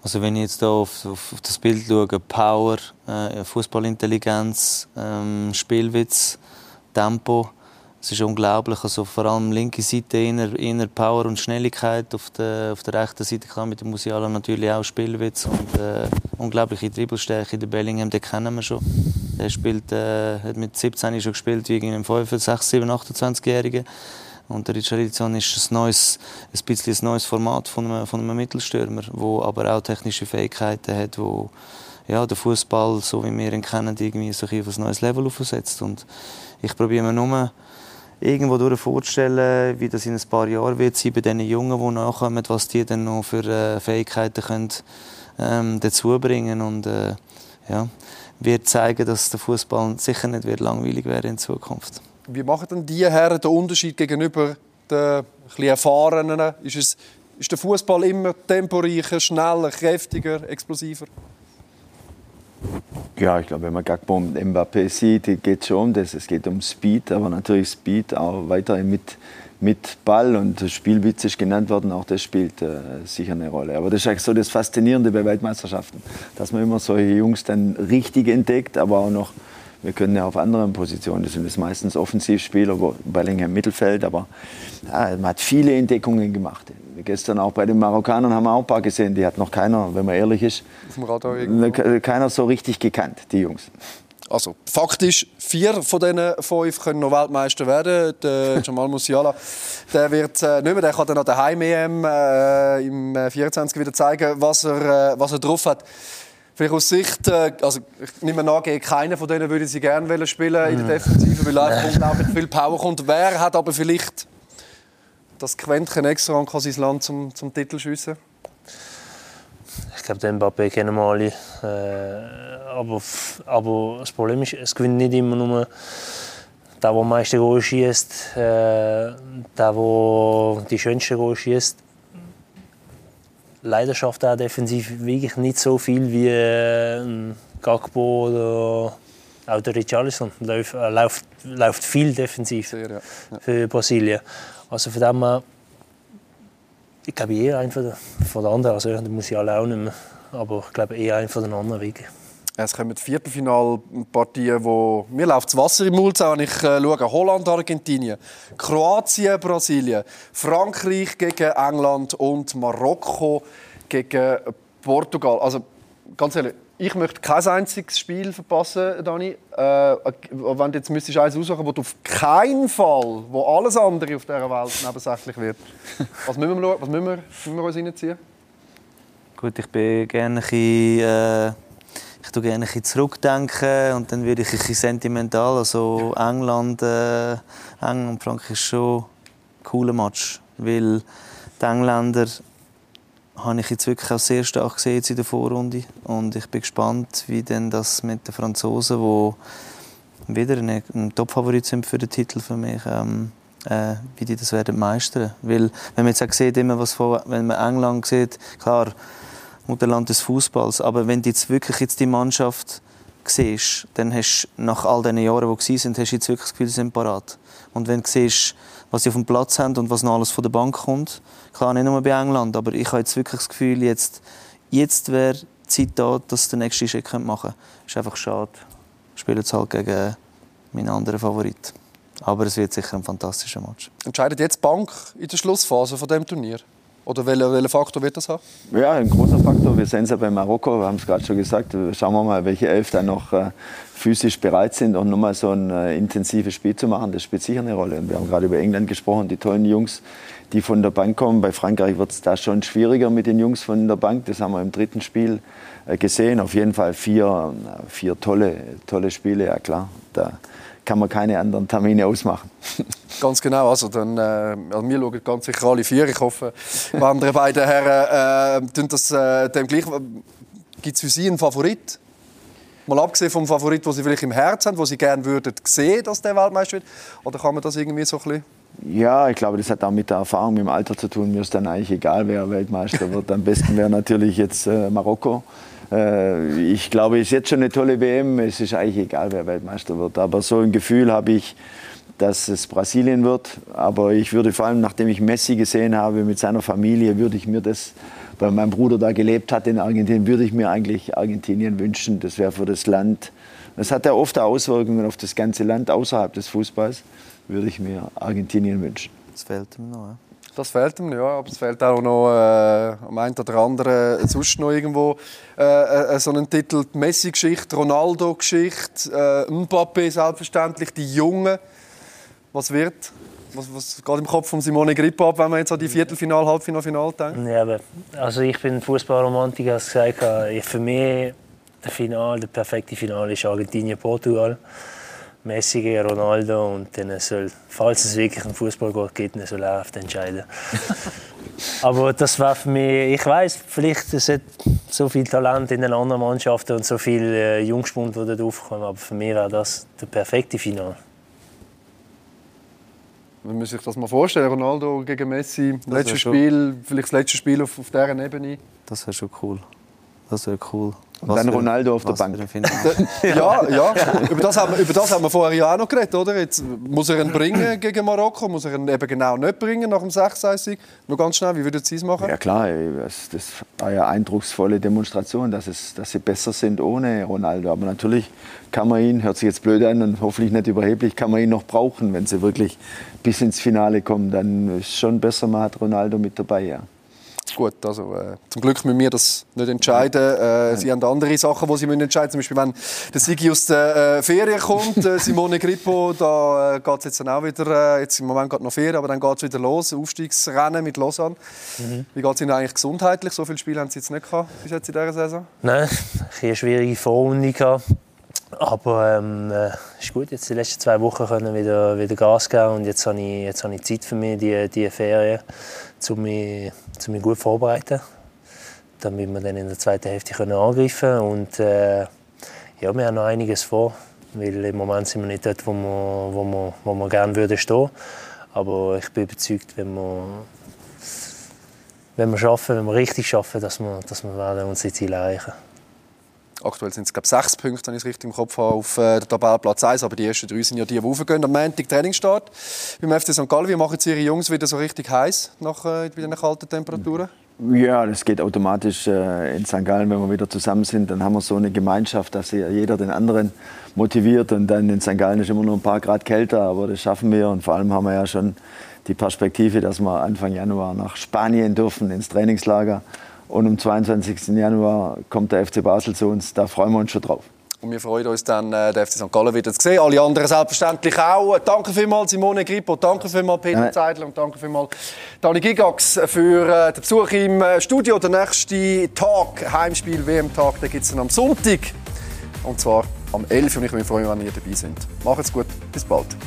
Also wenn ich jetzt hier auf das Bild schaue, Power, Fußballintelligenz, Spielwitz, Tempo, es ist unglaublich. Also vor allem linke Seite eher Power und Schnelligkeit, auf der rechten Seite klar mit dem Musiala natürlich auch Spielwitz und unglaubliche Dribbelstärke. Den Bellingham, den kennen wir schon. Der hat mit 17 schon gespielt wie ein 5, 6, 7, 28-Jähriger. Und der Richarlison ist ein bisschen ein neues Format von einem Mittelstürmer, der aber auch technische Fähigkeiten hat, wo den Fußball, so wie wir ihn kennen, irgendwie so auf ein neues Level aufsetzt. Und ich probiere mir nur irgendwo durch vorzustellen, wie das in ein paar Jahren wird sein bei den Jungen, die nachkommen, was die dann noch für Fähigkeiten können, dazu bringen und wird zeigen, dass der Fußball sicher nicht wird langweilig werden in Zukunft. Wie machen denn die Herren den Unterschied gegenüber den etwas Erfahrenen? Ist der Fußball immer temporeicher, schneller, kräftiger, explosiver? Ja, ich glaube, wenn man Gakpo und Mbappé sieht, geht es schon um das. Es geht um Speed, aber natürlich Speed auch weiter mit Ball. Und Spielwitz ist genannt worden, auch das spielt sicher eine Rolle. Aber das ist eigentlich so das Faszinierende bei Weltmeisterschaften, dass man immer solche Jungs dann richtig entdeckt, aber auch noch, wir können ja auf anderen Positionen, das sind meistens Offensivspieler, Bellingham im Mittelfeld, aber man hat viele Entdeckungen gemacht. Gestern auch bei den Marokkanern haben wir auch ein paar gesehen, die hat noch keiner, wenn man ehrlich ist, auf dem Radar keiner so richtig gekannt, die Jungs. Also faktisch 4 von diesen 5 können noch Weltmeister werden. Der Jamal Musiala, der wird nicht mehr, der kann dann an der Heim-EM im 24 wieder zeigen, was er drauf hat. Vielleicht aus Sicht, also ich nehme an, keiner von denen würde sie gerne spielen in der Defensive, weil einfach unglaublich viel Power kommt. Wer hat aber vielleicht das Quäntchen extra und kann sein Land zum Titel schiessen? Ich glaube, den Mbappé kennen wir alle. Aber das Problem ist, es gewinnt nicht immer nur der am meisten Goal schießt, der die schönsten Goal schießt. Leider schafft er defensiv wirklich nicht so viel wie Gakpo oder auch der Richarlison. Er läuft viel defensiv für Brasilien. Also von dem her, ich glaube eher einer von den anderen. Also der Musiala auch nicht mehr, aber ich glaube eher einer von den anderen Wegen. Es kommen Viertelfinalpartien, wo mir läuft das Wasser im Mund, wenn ich schaue. Holland, Argentinien, Kroatien, Brasilien, Frankreich gegen England und Marokko gegen Portugal. Also ganz ehrlich, ich möchte kein einziges Spiel verpassen, Dani. Wenn du jetzt müsstest eins aussuchen, wo du auf keinen Fall, wo alles andere auf dieser Welt nebensächlich wird. Was müssen wir schauen? Was müssen wir uns reinziehen? Gut, ich bin gerne ich tue gerne zurückdenken und dann werde ich ein bisschen sentimental. Also England und Frankreich ist schon ein cooler Match, weil die Engländer habe ich jetzt wirklich auch sehr stark gesehen in der Vorrunde und ich bin gespannt, wie denn das mit den Franzosen, die wieder ein Top-Favorit sind für den Titel für mich, wie die das werden meistern. Weil wenn man jetzt auch sieht, immer wenn man England sieht, klar, Mutterland des Fußballs. Aber wenn du jetzt wirklich die Mannschaft siehst, dann hast du nach all diesen Jahren, die waren, hast du jetzt wirklich das Gefühl, sie sind parat. Und wenn du siehst, was sie auf dem Platz haben und was noch alles von der Bank kommt, klar, nicht nur bei England, aber ich habe jetzt wirklich das Gefühl, jetzt wäre die Zeit da, dass sie den nächsten Schritt machen können. Es ist einfach schade. Wir spielen jetzt halt gegen meinen anderen Favorit. Aber es wird sicher ein fantastischer Match. Entscheidet jetzt die Bank in der Schlussphase von diesem Turnier? Oder welchen Faktor wird das haben? Ja, ein großer Faktor. Wir sehen es ja bei Marokko, wir haben es gerade schon gesagt. Schauen wir mal, welche 11 dann noch physisch bereit sind, um nochmal so ein intensives Spiel zu machen. Das spielt sicher eine Rolle. Und wir haben gerade über England gesprochen, die tollen Jungs, die von der Bank kommen. Bei Frankreich wird es da schon schwieriger mit den Jungs von der Bank. Das haben wir im dritten Spiel gesehen. Auf jeden Fall vier tolle Spiele, ja klar. Da kann man keine anderen Termine ausmachen. Ganz genau. Also dann, wir schauen ganz sicher alle 4. Ich hoffe, die anderen beiden Herren tun das dem gleich. Gibt es für Sie einen Favorit? Mal abgesehen vom Favorit, den Sie vielleicht im Herzen haben, wo Sie gerne würden sehen, dass der Weltmeister wird? Oder kann man das irgendwie so ein bisschen? Ja, ich glaube, das hat auch mit der Erfahrung, mit dem Alter zu tun. Mir ist dann eigentlich egal, wer Weltmeister wird. Am besten wäre natürlich jetzt Marokko. Ich glaube, es ist jetzt schon eine tolle WM. Es ist eigentlich egal, wer Weltmeister wird. Aber so ein Gefühl habe ich, dass es Brasilien wird. Aber ich würde vor allem, nachdem ich Messi gesehen habe mit seiner Familie, würde ich mir das weil mein Bruder da gelebt hat in Argentinien, würde ich mir eigentlich Argentinien wünschen. Das wäre für das Land. Das hat ja oft Auswirkungen auf das ganze Land außerhalb des Fußballs. Würde ich mir Argentinien wünschen. Das fehlt mir noch. Ja. Das fehlt ihm, ja. Aber es fehlt auch noch am einen oder anderen sonst noch irgendwo so einen Titel. Die Messi-Geschichte, Ronaldo-Geschichte, Mbappé selbstverständlich, die Jungen. Was wird? Was geht im Kopf von Simone Grippo ab, wenn man jetzt an die Viertelfinal-, Halbfinal-Finale denkt? Ja, aber, also ich bin Fußballromantiker, als gesagt habe. Für mich der perfekte Finale ist Argentinien-Portugal. Messi gegen Ronaldo und dann soll, falls es wirklich einen Fußball gibt, dann soll er entscheiden. Aber das war für mich, ich weiss, vielleicht es hat so viel Talent in den anderen Mannschaften und so viel Jungspund, die dort aufkommen, aber für mich wäre das der perfekte Finale. Man muss sich das mal vorstellen, Ronaldo gegen Messi, letztes Spiel, vielleicht das letzte Spiel auf dieser Ebene. Das wäre schon cool. Das wäre cool. Und dann Ronaldo auf der Bank. Ja. Über das haben wir vorher ja auch noch geredet, oder? Jetzt muss er ihn bringen gegen Marokko, muss er ihn eben genau nicht bringen nach dem 6-1-Sieg. Nur ganz schnell, wie würden Sie es machen? Ja klar, das war ja eine eindrucksvolle Demonstration, dass sie besser sind ohne Ronaldo. Aber natürlich kann man ihn, hört sich jetzt blöd an und hoffentlich nicht überheblich, kann man ihn noch brauchen. Wenn sie wirklich bis ins Finale kommen, dann ist es schon besser, man hat Ronaldo mit dabei, ja. Gut, also zum Glück müssen wir das nicht entscheiden. Sie haben andere Sachen, die Sie entscheiden müssen. Zum Beispiel, wenn der Sigi aus der Ferien kommt, Simone Grippo, da geht es jetzt dann auch wieder, jetzt im Moment geht noch Ferien, aber dann geht es wieder los, Aufstiegsrennen mit Lausanne. Wie geht es Ihnen eigentlich gesundheitlich? So viele Spiele haben Sie jetzt nicht gehabt bis jetzt in dieser Saison? Nein, eine schwierige Vorrunde gehabt. Aber ist gut, jetzt die letzten 2 Wochen können wieder Gas geben und jetzt habe ich Zeit für mich, die Ferien, um mich gut vorzubereiten, damit wir dann in der zweiten Hälfte angreifen können. Und ja, wir haben noch einiges vor, weil im Moment sind wir nicht dort, wo wir gerne stehen würden. Aber ich bin überzeugt, wenn wir richtig schaffen, dass wir unsere Ziele erreichen werden. Aktuell sind es 6 Punkte, wenn ich es richtig im Kopf habe, auf der Tabellenplatz 1. Aber die ersten 3 sind ja die raufgehen. Am Montag Trainingsstart beim FC St. Gallen. Wie machen Sie Ihre Jungs wieder so richtig heiß bei diesen kalten Temperaturen? Ja, das geht automatisch in St. Gallen, wenn wir wieder zusammen sind. Dann haben wir so eine Gemeinschaft, dass jeder den anderen motiviert. Und dann in St. Gallen ist immer noch ein paar Grad kälter, aber das schaffen wir. Und vor allem haben wir ja schon die Perspektive, dass wir Anfang Januar nach Spanien dürfen, ins Trainingslager. Und am 22. Januar kommt der FC Basel zu uns. Da freuen wir uns schon drauf. Und wir freuen uns dann, den FC St. Gallen wieder zu sehen. Alle anderen selbstverständlich auch. Danke vielmals Simone Grippo, danke vielmals Peter Zeidler und danke vielmals Dani Gigax für den Besuch im Studio. Der nächste Tag, Heimspiel, WM-Tag, den gibt es am Sonntag. Und zwar am 11. Und ich freue mich, wenn ihr dabei seid. Macht's gut, bis bald.